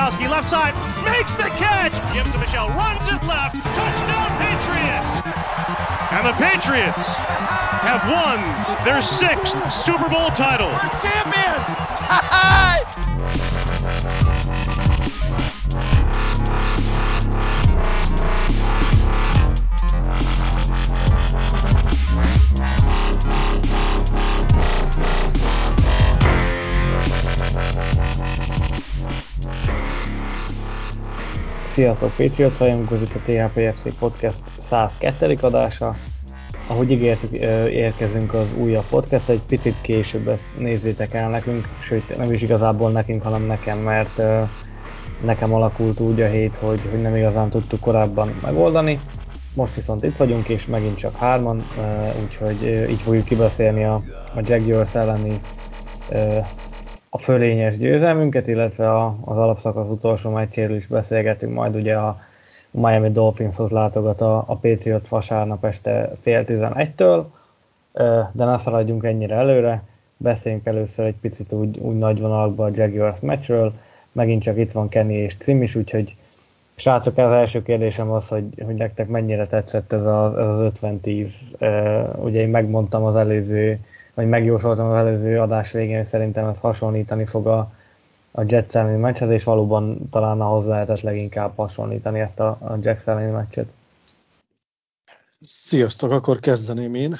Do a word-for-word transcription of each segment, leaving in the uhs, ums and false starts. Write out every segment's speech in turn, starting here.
Gronkowski, left side, makes the catch! Gives to Michel, runs it left, touchdown Patriots! And the Patriots have won their sixth Super Bowl title. We're champions! Sziasztok, Patriots rajongók, itt a té há pé ef cé Podcast száz kettő. adása. Ahogy ígértük, érkezünk az újabb podcast, egy picit később ezt nézzétek el nekünk, sőt nem is igazából nekünk, hanem nekem, mert nekem alakult úgy a hét, hogy, hogy nem igazán tudtuk korábban megoldani. Most viszont itt vagyunk, és megint csak hárman, úgyhogy így fogjuk kibeszélni a, a Jaguars elleni a fölényes győzelmünket, illetve a, az alapszakasz utolsó meccséről is beszélgetünk, majd ugye a Miami Dolphinshoz látogat a, a Patriots vasárnap este fél tizenegytől, de ne szaladjunk ennyire előre, beszéljünk először egy picit úgy, úgy nagy vonalakban a Jaguars meccsről, megint csak itt van Kenny és Cim is, úgyhogy srácok, az első kérdésem az, hogy, hogy nektek mennyire tetszett ez az, ez az ötven tíz, ugye én megmondtam az előző, vagy megjósoltam az előző adás végén, hogy szerintem ez hasonlítani fog a, a Jets elleni meccshez, és valóban talán ahhoz lehetett leginkább hasonlítani ezt a, a Jets elleni meccset. Sziasztok, akkor kezdeném én.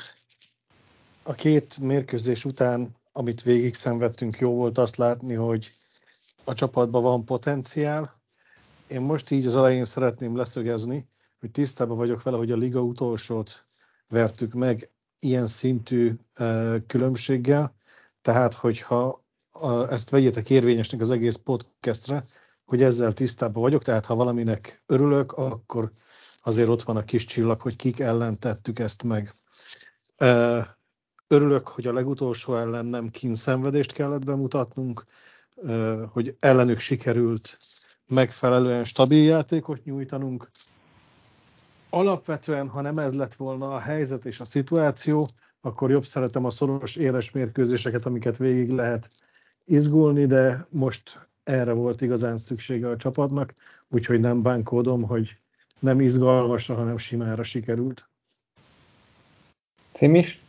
A két mérkőzés után, amit végig szenvedtünk, jó volt azt látni, hogy a csapatban van potenciál. Én most így az elején szeretném leszögezni, hogy tisztában vagyok vele, hogy a liga utolsót vertük meg ilyen szintű uh, különbséggel, tehát hogyha uh, ezt vegyétek érvényesnek az egész podcastre, hogy ezzel tisztában vagyok, tehát ha valaminek örülök, akkor azért ott van a kis csillag, hogy kik ellen tettük ezt meg. Uh, örülök, hogy a legutolsó ellen nem kínszenvedést kellett bemutatnunk, uh, hogy ellenük sikerült megfelelően stabil játékot nyújtanunk. Alapvetően, ha nem ez lett volna a helyzet és a szituáció, akkor jobb szeretem a szoros, éles mérkőzéseket, amiket végig lehet izgulni, de most erre volt igazán szüksége a csapatnak, úgyhogy nem bánkódom, hogy nem izgalmasra, hanem simára sikerült. Cím is?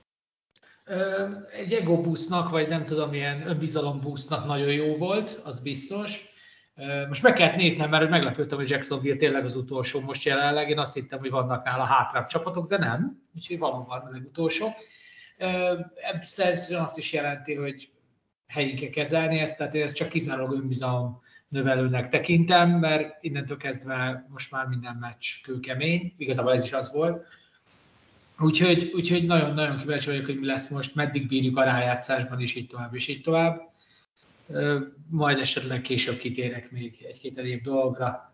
Egy ego boostnak, vagy nem tudom, ilyen önbizalom boostnak nagyon jó volt, az biztos. Most meg kellett néznem, mert meglepődtem, hogy Jacksonville tényleg az utolsó most jelenleg. Én azt hittem, hogy vannak nála hátrább csapatok, de nem. Úgyhogy valóban a legutolsó. Ebből azt is jelenti, hogy helyén kell kezelni ezt, tehát én ezt csak kizárólag önbizalom növelőnek tekintem, mert innentől kezdve most már minden meccs kőkemény. Igazából ez is az volt. Úgyhogy, úgyhogy nagyon-nagyon kíváncsi vagyok, hogy mi lesz most, meddig bírjuk a rájátszásban, és így tovább, és így tovább. Majd esetleg később kitérek még egy-két egyéb dologra.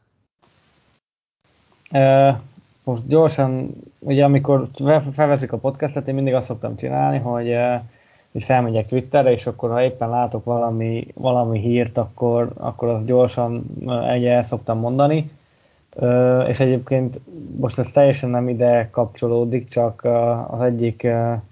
Most gyorsan, ugye amikor felveszik a podcastet, én mindig azt szoktam csinálni, hogy, hogy felmegyek Twitterre, és akkor ha éppen látok valami, valami hírt, akkor, akkor azt gyorsan egy el szoktam mondani. És egyébként most ez teljesen nem ide kapcsolódik, csak az egyik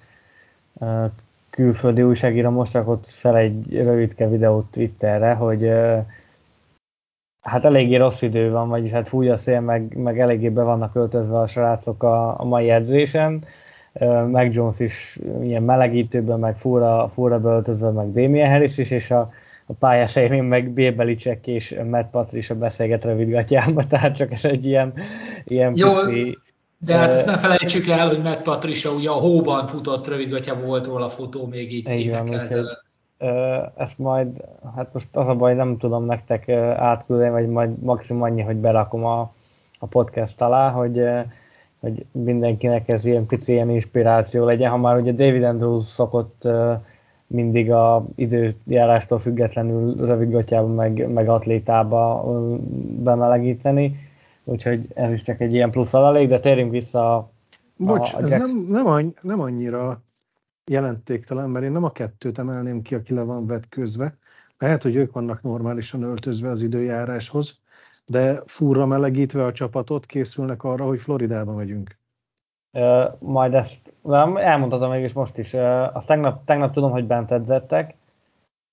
külföldi újságíró most rakott fel egy rövidke videót Twitterre, hogy hát eléggé rossz idő van, vagyis hát fúj a szél, meg, meg eléggé be vannak öltözve a srácok a, a mai edzésen. Mac Jones is ilyen melegítőben, meg fúra, fúra beöltözve, meg Damien Harris is, és a, a pályásaimén meg Bill Belichick és Matt Patricia beszélget rövidgatjában, tehát csak ez egy ilyen, ilyen Jó, pici... de hát ezt ne felejtsük el, hogy Matt Patricia ugye a hóban futott rövidgatjában volt róla a fotó még így évekkel ezelőtt. Ezt majd, hát most az a baj, nem tudom nektek átküldeni, vagy majd maximum annyi, hogy berakom a, a podcast alá, hogy, hogy mindenkinek ez ilyen pici ilyen inspiráció legyen. Ha már ugye David Andrews szokott mindig a időjárástól függetlenül rövidgatjában, meg, meg atlétába bemelegíteni, úgyhogy ez is csak egy ilyen plusz adalék, de térjünk vissza a, Bocs, a ez Jackson. nem, nem, anny, nem annyira jelentéktelen, mert én nem a kettőt emelném ki, aki le van vetközve. Lehet, hogy ők vannak normálisan öltözve az időjáráshoz, de fúrra melegítve a csapatot készülnek arra, hogy Floridába megyünk. Uh, majd ezt elmondhatom mégis most is. Uh, azt tegnap, tegnap tudom, hogy bent edzettek,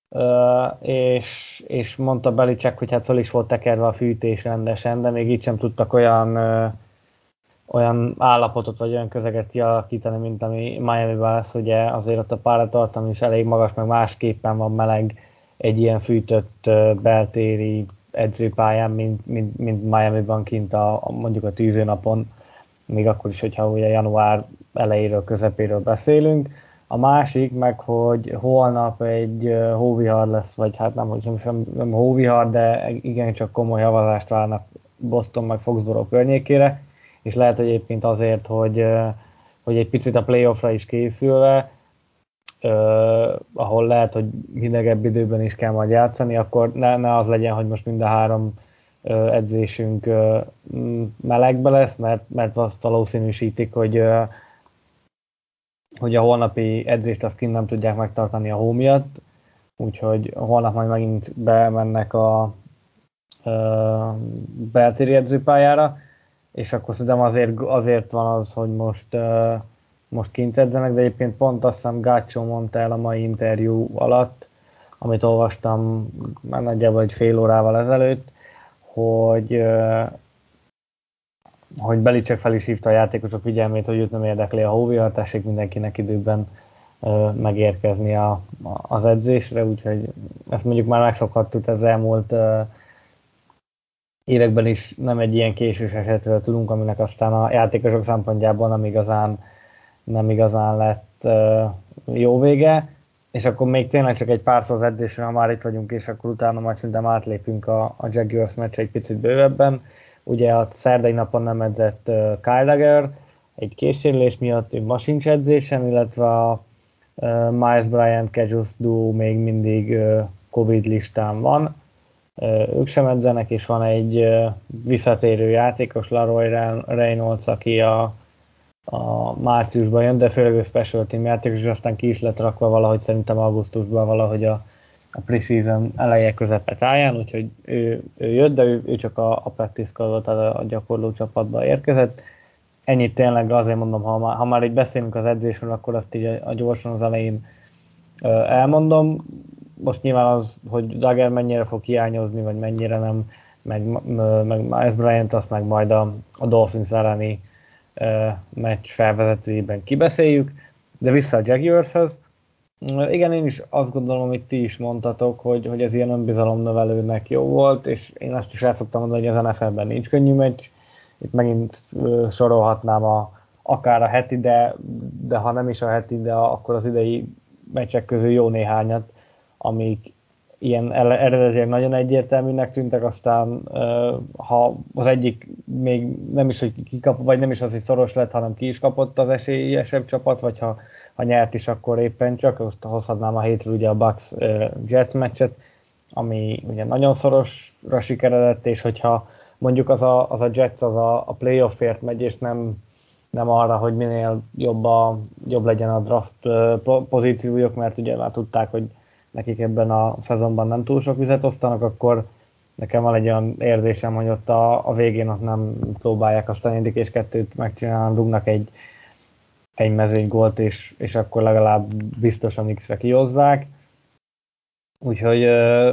és, és mondta Belichick, hogy hát fel is volt tekerve a fűtés rendesen, de még így sem tudtak olyan, olyan állapotot vagy olyan közeget kialakítani, mint ami Miami-ben lesz, ugye azért ott a pályatartalom is elég magas, meg másképpen van meleg egy ilyen fűtött beltéri edzőpályán, mint, mint, mint Miami-ban kint a, a, mondjuk a tűzőnapon, még akkor is, hogyha ugye január elejéről, közepéről beszélünk. A másik meg, hogy holnap egy hóvihar lesz, vagy hát nem, nem, nem, nem hóvihar, de igencsak komoly havazást várnak Boston meg Foxborough környékére, és lehet, hogy egyébként azért, hogy, hogy egy picit a playoffra is készülve, Uh, ahol lehet, hogy hidegebb időben is kell majd játszani, akkor ne, ne az legyen, hogy most mind a három uh, edzésünk uh, melegbe lesz, mert, mert azt valószínűsítik, hogy, uh, hogy a holnapi edzést azt kint nem tudják megtartani a hó miatt, úgyhogy holnap majd megint bemennek a uh, beltéri edzőpályára, és akkor szerintem azért, azért van az, hogy most uh, most kint edzenek, de egyébként pont azt hiszem Gácsó mondta el a mai interjú alatt, amit olvastam már nagyjából egy fél órával ezelőtt, hogy, hogy Belichick fel is hívta a játékosok figyelmét, hogy őt nem érdekli a hóvihar, tessék mindenkinek időben megérkezni a, az edzésre, úgyhogy ezt mondjuk már megszokhattuk az elmúlt években is, nem egy ilyen késős esetről tudunk, aminek aztán a játékosok szempontjából nem igazán nem igazán lett uh, jó vége, és akkor még tényleg csak egy pár szó az edzésre, ha már itt vagyunk, és akkor utána majd szerintem átlépünk a, a Jaguars meccs egy picit bővebben. Ugye a szerdai napon nem edzett uh, Kyle Dagger, egy késsérülés miatt ő ma sincs edzésen, illetve a uh, Miles Bryant Kejus duo még mindig uh, Covid listán van. Uh, ők sem edzenek, és van egy uh, visszatérő játékos, Laroy Reynolds, aki a a márciusban jön, de főleg a special team játékos, és aztán ki is lett rakva valahogy szerintem augusztusban valahogy a, a preseason eleje közepe táján, úgyhogy ő, ő jött, de ő, ő csak a, a practice squad, tehát a gyakorló csapatba érkezett. Ennyit tényleg azért mondom, ha már, ha már így beszélünk az edzésről, akkor azt így a, a gyorsan az elején ö, elmondom. Most nyilván az, hogy Dagger mennyire fog hiányozni, vagy mennyire nem, meg, meg Miles Bryant, azt meg majd a, a Dolphins elleni meccs felvezetőjében kibeszéljük, de vissza a Jaguarshez. Igen, én is azt gondolom, amit ti is mondtatok, hogy, hogy ez ilyen önbizalomnövelőnek jó volt, és én azt is el szoktam mondani, hogy az en ef el-ben nincs könnyű meccs. Itt megint sorolhatnám a, akár a heti, de, de ha nem is a heti, de akkor az idei meccsek közül jó néhányat, amik ilyen eredetileg nagyon egyértelműnek tűntek, aztán ha az egyik még nem is, hogy kikap, vagy nem is az, hogy szoros lett, hanem ki is kapott az esélyesebb csapat, vagy ha, ha nyert is, akkor éppen csak, most hozhatnám a hétről ugye a Bucks Jets meccset, ami ugye nagyon szorosra sikeredett, és hogyha mondjuk az a, az a Jets az a, a playoffért megy, és nem, nem arra, hogy minél jobb, a, jobb legyen a draft pozíciójuk, mert ugye már tudták, hogy nekik ebben a szezonban nem túl sok vizet osztanak, akkor nekem van egy olyan érzésem, hogy ott a, a végén ott nem próbálják azt a negyedik és kettőt megcsinálni, rúgnak egy, egy mezőny gólt, és, és akkor legalább biztosan X-re kihozzák. Úgyhogy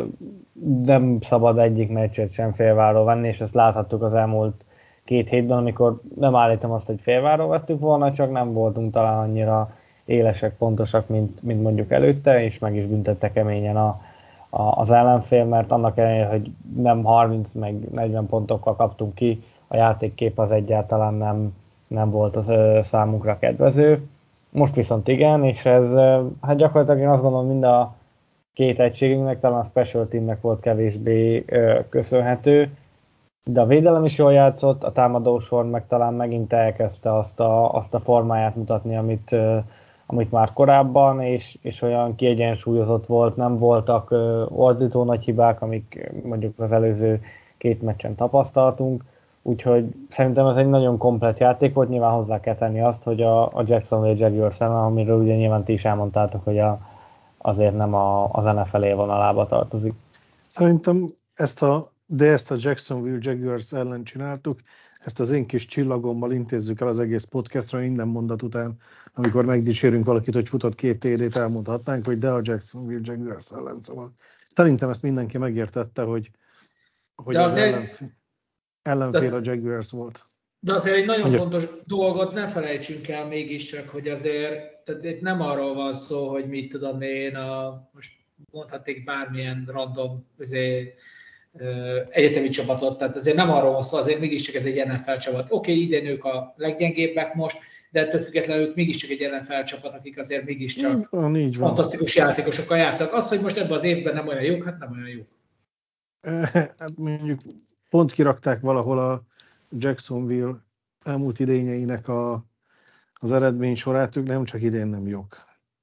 nem szabad egyik meccset sem félváról venni, és ezt láthattuk az elmúlt két hétben, amikor nem állítom azt, hogy félváról vettük volna, csak nem voltunk talán annyira élesek, pontosak, mint, mint mondjuk előtte, és meg is büntette keményen a, a, az ellenfél, mert annak ellenére, hogy nem harminc meg negyven pontokkal kaptunk ki, a játékkép az egyáltalán nem, nem volt az ö, számunkra kedvező. Most viszont igen, és ez ö, hát gyakorlatilag én azt gondolom, mind a két egységünknek, talán a special teamnek volt kevésbé ö, köszönhető, de a védelem is jól játszott, a támadósor meg talán megint elkezdte azt a, azt a formáját mutatni, amit, ö, amit már korábban, és, és olyan kiegyensúlyozott volt, nem voltak ö, ordító nagy hibák, amik mondjuk az előző két meccsen tapasztaltunk, úgyhogy szerintem ez egy nagyon komplett játék volt, nyilván hozzá kell tenni azt, hogy a, a Jacksonville Jaguars ellen, amiről ugye nyilván ti is elmondtátok, hogy a, azért nem a, az en ef el vonalába tartozik. Szerintem ezt a, de ezt a Jacksonville Jaguars ellen csináltuk, ezt az én kis csillagommal intézzük el az egész podcastra minden mondat után, amikor megdicsérünk valakit, hogy futott két té dét, elmondhatnánk, hogy de a Jacksonville Jaguars ellen. Szóval szerintem ezt mindenki megértette, hogy, hogy az azért, ellenfél, ellenfél a Jaguars volt. De azért egy nagyon Mondjuk. fontos dolgot ne felejtsünk el mégiscsak, hogy azért tehát itt nem arról van szó, hogy mit tudom én, a, most mondhatnék bármilyen random azért, egyetemi csapatot, tehát azért nem arról van szó, azért mégiscsak ez egy en ef el csapat. Oké, okay, idén ők a leggyengébbek most, de ettől függetlenül ők mégiscsak egy en ef el csapat, akik azért mégiscsak így van, így van. fantasztikus játékosokkal játszanak. Az, hogy most ebben az évben nem olyan jók, hát nem olyan jók. Hát mondjuk pont kirakták valahol a Jacksonville elmúlt idényeinek a, az eredmény sorát, ők nem csak idén nem jók.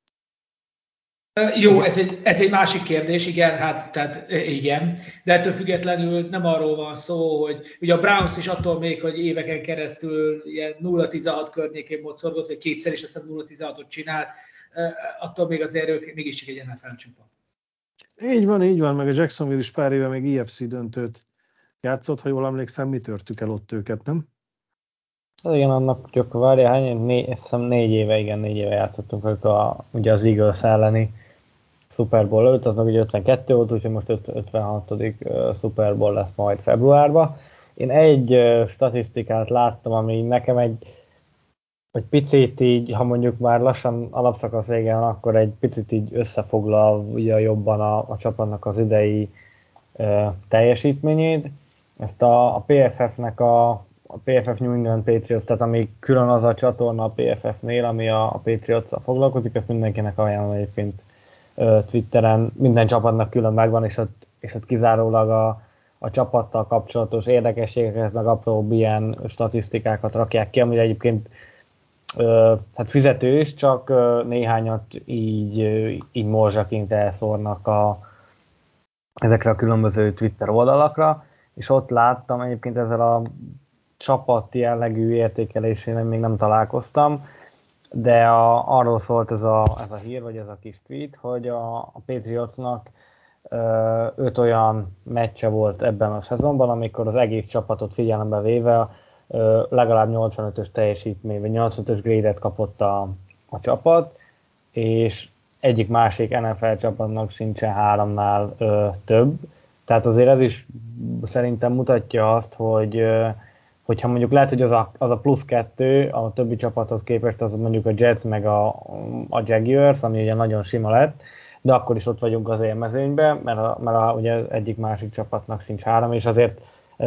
Jó, ez egy, ez egy másik kérdés, igen, hát tehát igen, de ettől függetlenül nem arról van szó, hogy ugye a Browns is attól még, hogy éveken keresztül ilyen nulla tizenhat környékén mocorgott, vagy kétszer is aztán nulla tizenhatot csinált, attól még azért ők mégiscsak egy en ef el csapat. Így van, így van, meg a Jacksonville is pár éve még i ef cé döntőt játszott, ha jól emlékszem, mi törtük el ott őket, nem? Hát igen, annak csak várja, hány, négy, azt hiszem négy éve, igen, négy éve játszottunk ők a, ugye az Eagles elleni Super Bowl előtt, az meg ugye ötvenkettő volt, úgyhogy most ötvenhatodik Uh, Super Bowl lesz majd februárban. Én egy uh, statisztikát láttam, ami nekem egy, egy picit így, ha mondjuk már lassan alapszakasz vége van, akkor egy picit így összefoglal ugye jobban a, a csapatnak az idei uh, teljesítményét. Ezt a, a pé ef ef-nek a, a pé ef ef New England Patriots, tehát ami külön az a csatorna a pé ef ef-nél, ami a, a Patriots-szal foglalkozik, ezt mindenkinek ajánlom egyébként Twitteren, minden csapatnak külön megvan, és ott, és ott kizárólag a, a csapattal kapcsolatos érdekességeket, meg apróbb ilyen statisztikákat rakják ki, amire egyébként ö, hát fizető is, csak ö, néhányat így, ö, így morzsaként elszórnak a, ezekre a különböző Twitter oldalakra, és ott láttam egyébként ezzel a csapat jellegű értékelésén még nem találkoztam, de a, arról szólt ez a, ez a hír, vagy ez a kis tweet, hogy a, a Patriotsnak ö, öt olyan meccse volt ebben a szezonban, amikor az egész csapatot figyelembe véve ö, legalább nyolcvanötös teljesítmény, vagy nyolcvanötös grade-et kapott a, a csapat, és egyik másik en ef el csapatnak sincsen háromnál ö, több. Tehát azért ez is szerintem mutatja azt, hogy ö, hogyha mondjuk lehet, hogy az a, az a plusz kettő a többi csapathoz képest, az mondjuk a Jets meg a, a Jaguars, ami ugye nagyon sima lett, de akkor is ott vagyunk az élmezőnyben, mert, a, mert a, ugye egyik másik csapatnak sincs három, és azért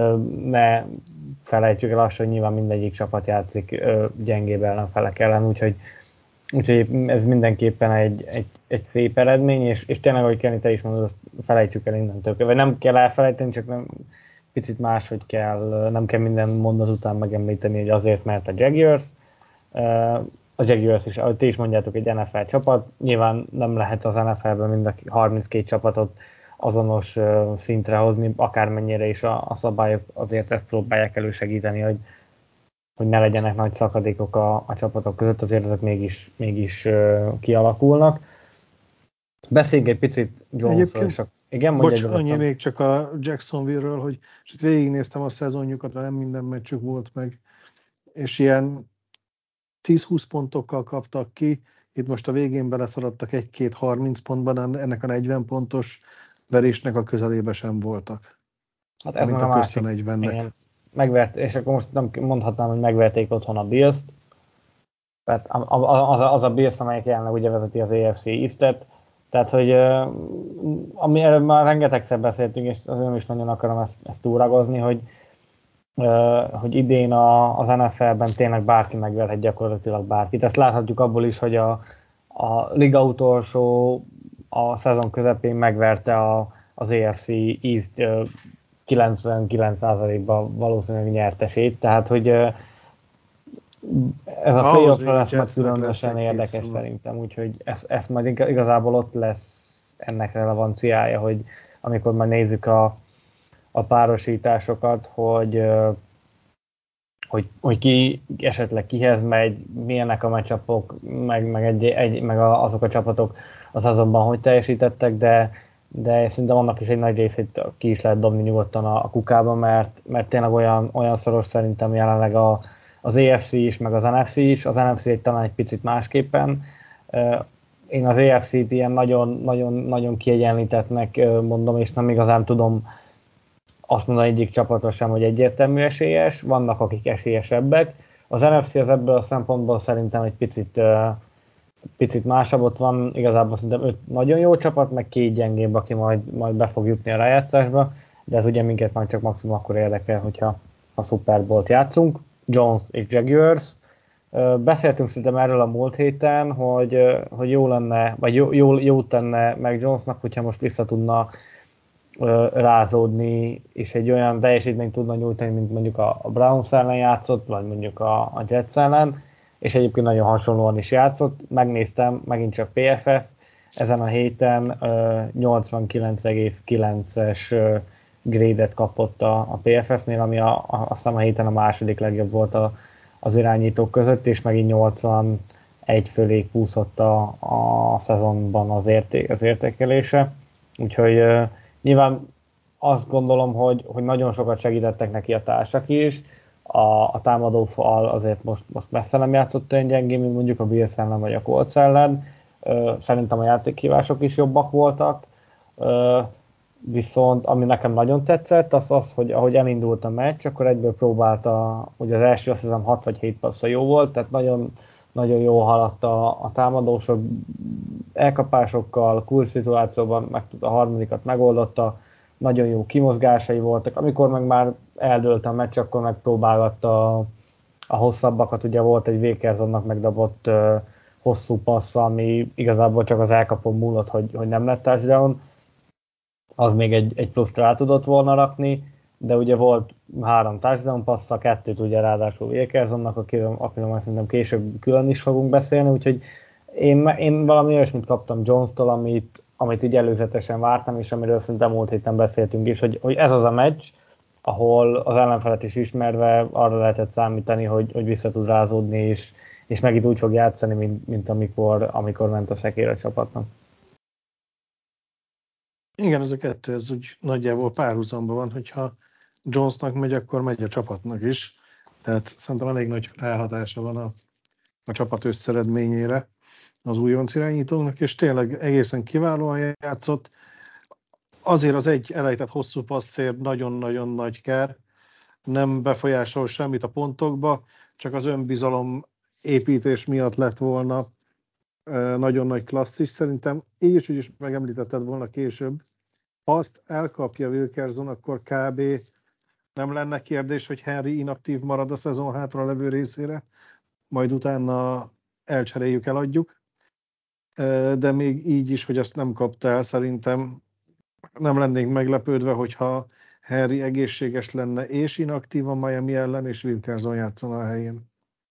ne felejtjük el azt, hogy nyilván mindegyik csapat játszik gyengébb ellenfelek ellen, úgyhogy, úgyhogy ez mindenképpen egy, egy, egy szép eredmény, és, és tényleg, ahogy Kenny, te is mondod, azt felejtjük el innentől, vagy nem kell elfelejteni, csak nem picit máshogy kell, nem kell minden mondat után megemlíteni, hogy azért, mert a Jaguars. A Jaguars is, ahogy ti is mondjátok, egy en ef el csapat. Nyilván nem lehet az en ef el-ben mind a harminckét csapatot azonos szintre hozni, akármennyire is a, a szabályok azért ezt próbálják elősegíteni, hogy, hogy ne legyenek nagy szakadékok a, a csapatok között, azért ezek mégis, mégis kialakulnak. Beszéljünk egy picit Jonesról is. Igen, bocs, annyi még csak a Jacksonville-ről, hogy és itt végignéztem a szezonjukat, nem minden meccsük volt meg, és ilyen tíz-húsz pontokkal kaptak ki, itt most a végén beleszaladtak egy-két harminc pontban, ennek a negyven pontos verésnek a közelébe sem voltak. Hát ez meg a másik. Igen, megvert, és akkor most nem mondhatnám, hogy megverték otthon a Bills-t, tehát az a, az a Bills, amelyik jelenleg ugye vezeti az á ef cé East-et, tehát, hogy ami erről már rengetegszer beszéltünk, és azért is nagyon akarom ezt, ezt túragozni, hogy, hogy idén a, az en ef el-ben tényleg bárki megverhet gyakorlatilag bárkit. Ezt láthatjuk abból is, hogy a, a liga utolsó a szezon közepén megverte a, az á ef cé East kilencvenkilenc százalékban valószínűleg nyertesét, tehát, hogy ez a playoffra lesz majd különösen érdekes szerintem, úgyhogy ez, ez majd igazából ott lesz ennek relevanciája, hogy amikor már nézzük a, a párosításokat, hogy, hogy, hogy ki esetleg kihez megy, milyenek a matchupok, meg, meg, egy, egy, meg a, azok a csapatok az azonban hogy teljesítettek, de, de szerintem annak is egy nagy részét ki is lehet dobni nyugodtan a, a kukába, mert, mert tényleg olyan, olyan szoros szerintem jelenleg a, az á ef cé is, meg az en ef cé is. Az en ef cé egy talán egy picit másképpen. Én az á ef cét ilyen nagyon, nagyon, nagyon kiegyenlítettnek mondom, és nem igazán tudom azt mondani egyik csapatra sem, hogy egyértelmű esélyes. Vannak, akik esélyesebbek. Az en ef cé az ebből a szempontból szerintem egy picit picit másabb, ott van igazából szerintem öt nagyon jó csapat, meg két gyengébb, aki majd, majd be fog jutni a rájátszásba, de ez ugye minket majd csak maximum akkor érdekel, hogyha a Super Bowl-t játszunk. Jones és Jaguars. Beszéltünk szerintem erről a múlt héten, hogy, hogy jó lenne, vagy jó, jó, jó tenne meg Jonesnak, hogyha most vissza tudna rázódni, és egy olyan teljesítményt tudna nyújtani, mint mondjuk a Browns ellen játszott, vagy mondjuk a, a Jets ellen, és egyébként nagyon hasonlóan is játszott. Megnéztem, megint csak pé ef ef, ezen a héten uh, nyolcvankilenc egész kilences uh, grade-et kapott a, a pé ef ef-nél, ami a, a, azt hiszem a héten a második legjobb volt a, az irányítók között, és megint nyolcvanegy fölé kúszott a, a szezonban az, érté, az értékelése. Úgyhogy uh, nyilván azt gondolom, hogy, hogy nagyon sokat segítettek neki a társak is. A, a támadó fal azért most, most messze nem játszott olyan gyengén, mint mondjuk a Bills ellen vagy a Colts ellen. Szerintem a játékhívások is jobbak voltak. Viszont ami nekem nagyon tetszett, az az, hogy ahogy elindult a meccs, akkor egyből próbálta, hogy az első azt hiszem hat vagy hét passza jó volt, tehát nagyon, nagyon jól haladt a, a támadósok elkapásokkal, cool szituációban, meg a harmadikat megoldotta, nagyon jó kimozgásai voltak. Amikor meg már eldőlt a meccs, akkor megpróbálgatta a, a hosszabbakat. Ugye volt egy Wakersonnak megdobott uh, hosszú passza, ami igazából csak az elkapon múlott, hogy, hogy nem lett touchdown. Az még egy, egy pluszt rá tudott volna rakni, de ugye volt három touchdown passza, kettőt ugye ráadásul Wakersonnak, akiről, akiről már szerintem később külön is fogunk beszélni, úgyhogy én, én valami olyasmit kaptam Jones-tól, amit, amit így előzetesen vártam, és amiről szerintem múlt héten beszéltünk is, hogy, hogy ez az a meccs, ahol az ellenfelet is ismerve arra lehetett számítani, hogy, hogy vissza tud rázódni, és, és megint úgy fog játszani, mint, mint amikor, amikor ment a szekér a csapatnak. Igen, ez a kettő, ez úgy nagyjából párhuzamban van, hogyha Jonesnak megy, akkor megy a csapatnak is. Tehát szerintem elég nagy ráhatása van a, a csapat összeredményére az újonc irányítónak, és tényleg egészen kiválóan játszott. Azért az egy elejtett hosszú passzért nagyon-nagyon nagy kár, nem befolyásol semmit a pontokba, csak az önbizalom építés miatt lett volna nagyon nagy klasszis. Szerintem így is, úgy is megemlítetted volna később. Ha azt elkapja Wilkerson, akkor kb. Nem lenne kérdés, hogy Henry inaktív marad a szezon hátra levő részére, majd utána elcseréljük, eladjuk. De még így is, hogy azt nem kapta el, szerintem nem lennénk meglepődve, hogyha Henry egészséges lenne és inaktív a Miami ellen, és Wilkerson játszana a helyén.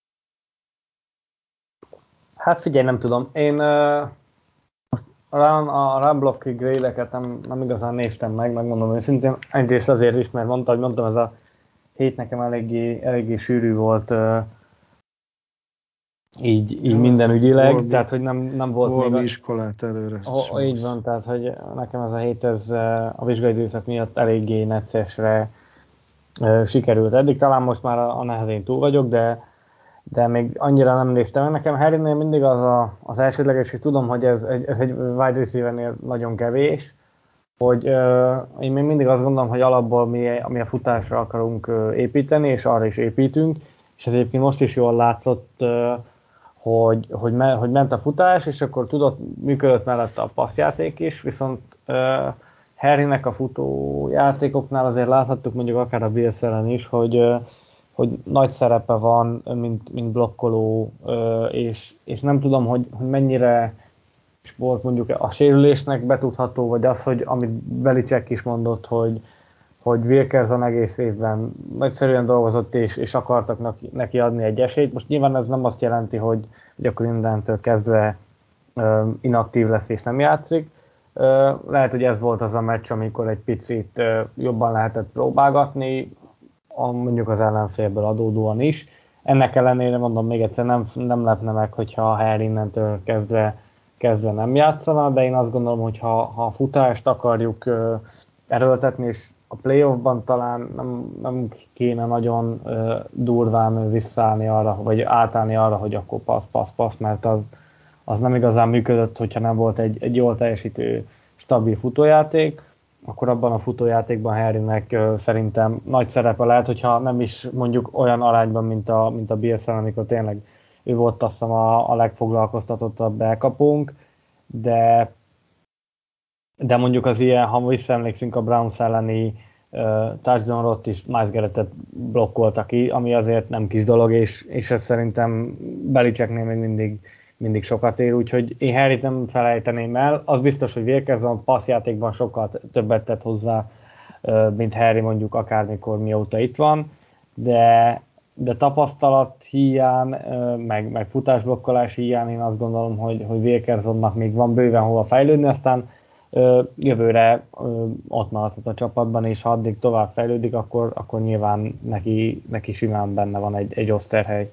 Hát figyelj, nem tudom. Én uh, a run block grade-eket nem, nem igazán néztem meg, megmondom őszintén. Egyrészt azért is, mert mondta, hogy mondtam, ez a hét nekem eléggé, eléggé sűrű volt uh, így, így ja, minden ügyileg, valami, tehát hogy nem, nem volt valami még... A... iskolát előre. Oh, így van, tehát hogy nekem ez a hét ez a vizsgai időszak miatt eléggé neccesre uh, sikerült. Eddig talán most már a, a nehezén túl vagyok, de de még annyira nem néztem meg. Nekem Harrynél mindig az a, az elsődleges, hogy tudom, hogy ez egy, ez egy wide receivernél nagyon kevés, hogy uh, én még mindig azt gondolom, hogy alapból mi, mi a futásra akarunk uh, építeni, és arra is építünk, és ez egyébként most is jól látszott, uh, hogy, hogy, me, hogy ment a futás, és akkor tudott, működött mellette a passzjáték is, viszont uh, Harrynek a futójátékoknál azért láthattuk mondjuk akár a Bills ellen is, hogy uh, hogy nagy szerepe van, mint, mint blokkoló, és, és nem tudom, hogy, hogy mennyire is volt mondjuk a sérülésnek betudható, vagy az, hogy amit Belichick is mondott, hogy, hogy Wilkerson egész évben nagyszerűen dolgozott, és, és akartak neki adni egy esélyt. Most nyilván ez nem azt jelenti, hogy, hogy akkor mindentől kezdve inaktív lesz és nem játszik. Lehet, hogy ez volt az a meccs, amikor egy picit jobban lehetett próbálgatni, a, mondjuk az ellenfélből adódóan is. Ennek ellenére mondom még egyszer, nem, nem lepne meg, hogyha a Harry innentől kezdve kezdve nem játszana, de én azt gondolom, hogy ha, ha a futást akarjuk uh, erőltetni, és a playoffban talán nem, nem kéne nagyon uh, durván visszaállni arra, vagy átállni arra, hogy akkor passz, passz, passz, mert az, az nem igazán működött, hogyha nem volt egy, egy jól teljesítő, stabil futójáték, akkor abban a futójátékban Harrynek uh, szerintem nagy szerepe lehet, hogyha nem is mondjuk olyan arányban, mint a, mint a Bills-en, amikor tényleg ő volt azt hiszem a, a legfoglalkoztatottabb elkapónk, de, de mondjuk az ilyen, ha visszaemlékszünk a Browns elleni uh, touchdownra, ott is Miles Garrettet blokkolta ki, ami azért nem kis dolog, és, és ez szerintem Belichicknél még mindig, mindig sokat ér, úgyhogy én Harryt nem felejteném el. Az biztos, hogy Wilkerson a passzjátékban sokkal többet tett hozzá, uh, mint Harry mondjuk akármikor, mióta itt van, de de tapasztalat hiány, meg, meg futásblokkolás hiány, én azt gondolom, hogy, hogy Wilkersonnak még van bőven hova fejlődni, aztán ö, jövőre ö, ott maradhat a csapatban, és ha addig tovább fejlődik, akkor, akkor nyilván neki, neki simán benne van egy, egy oszterhely.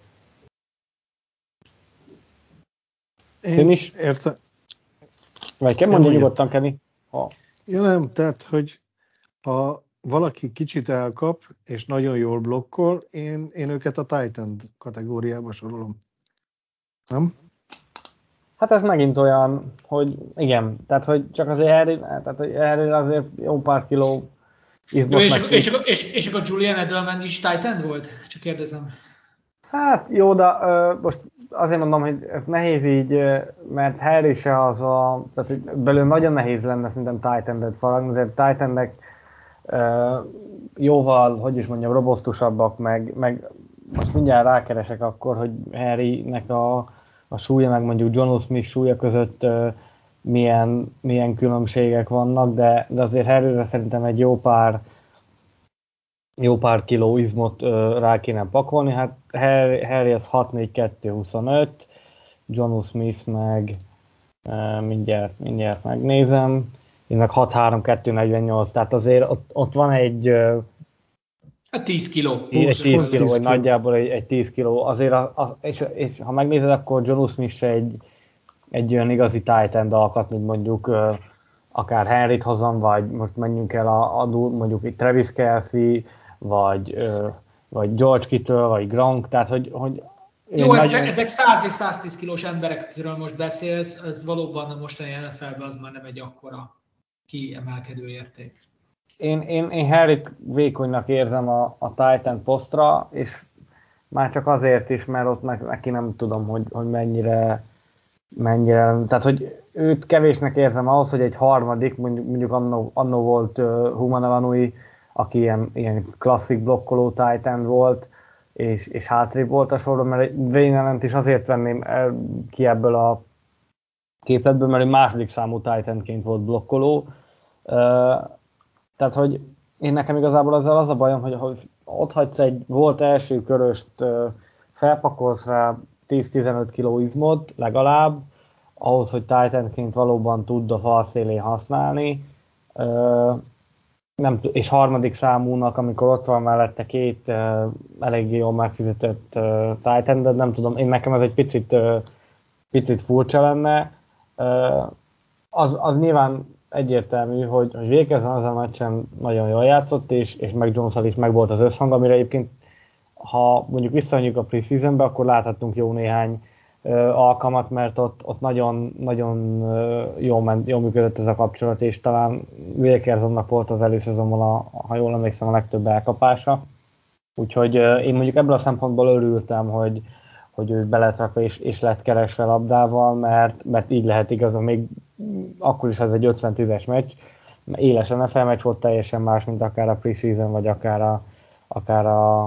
Szín is? Értem. Vagy kell mondani nyugodtan, Kenny? Ha. Ja nem, tehát, hogy ha valaki kicsit elkap, és nagyon jól blokkol, én, én őket a Titan kategóriába sorolom. Nem? Hát ez megint olyan, hogy igen, tehát hogy csak azért Harry, tehát Harry azért jó pár kiló izmot és, meg... és, és, és, és akkor Julian Edelman is Titan volt? Csak kérdezem. Hát jó, de uh, most azért mondom, hogy ez nehéz így, mert Harry se az a... Tehát hogy belőle nagyon nehéz lenne szerintem Titan-et faragni, azért Titan-nek uh, jóval, hogy is mondjam, robosztusabbak, meg, meg most mindjárt rákeresek akkor, hogy Harrynek a, a súlya, meg mondjuk John Smith súlya között uh, milyen, milyen különbségek vannak, de, de azért Harryre szerintem egy jó pár jó pár kiló izmot uh, rá kéne pakolni. Hát Harry, Harry az hat négy kettő huszonöt, John Smith meg uh, mindjárt, mindjárt megnézem, én meg hat három kettő negyvennyolc, tehát azért ott, ott van egy uh, hát tíz kiló. Egy tíz kiló, vagy kiló. nagyjából egy, egy tíz kiló. Azért, a, a, és, és ha megnézed, akkor John Smith se egy, egy olyan igazi tight end alkat, mint mondjuk uh, akár Henryt hozom, vagy most menjünk el a, a mondjuk itt Travis Kelce, vagy, uh, vagy George Kittle, vagy Gronk, tehát hogy, hogy jó, nagyon... ezek, ezek száz és száztíz kilós emberek, akiről most beszélsz, ez valóban a mostani en ef el-ben az már nem egy akkora kiemelkedő érték. Én, én, én Harryt vékonynak érzem a, a Titan posztra, és már csak azért is, mert ott neki nem tudom, hogy, hogy mennyire, mennyire, tehát hogy őt kevésnek érzem ahhoz, hogy egy harmadik, mondjuk, mondjuk annó, annó volt uh, Humanavanui, aki ilyen, ilyen klasszik blokkoló Titan volt, és, és hátrébb volt a sorban, mert Wayne Allent is azért venném el, ki ebből a képletből, mert egy második számú Titanként volt blokkoló. Uh, tehát, hogy én nekem igazából azzal az a bajom, hogy, hogy ott hagysz egy volt első köröst, uh, felpakolsz rá tíz-tizenöt kiló izmot legalább, ahhoz, hogy Titanként valóban tud a fal szélén használni. Uh, nem, és harmadik számúnak, amikor ott van mellette két uh, eléggé jól megfizetett uh, Titan, de nem tudom, én nekem ez egy picit, uh, picit furcsa lenne. Uh, az, az nyilván egyértelmű, hogy, hogy Wilkerson az a meccsen nagyon jól játszott, és, és meg Jones-al is megvolt az összhang, amire egyébként, ha mondjuk visszahanyjuk a pre-seasonbe, akkor láthattunk jó néhány uh, alkalmat, mert ott, ott nagyon, nagyon uh, jól, ment, jól működött ez a kapcsolat, és talán Wilkersonnak volt az előszezonban, a, ha jól emlékszem, a legtöbb elkapása. Úgyhogy uh, én mondjuk ebből a szempontból örültem, hogy, hogy ő beletrakva és, és lett keresve labdával, mert, mert így lehet igazán, még akkor is ez egy ötven-tízes meccs, éles en ef el meccs volt, teljesen más, mint akár a preseason, vagy akár, a, akár, a,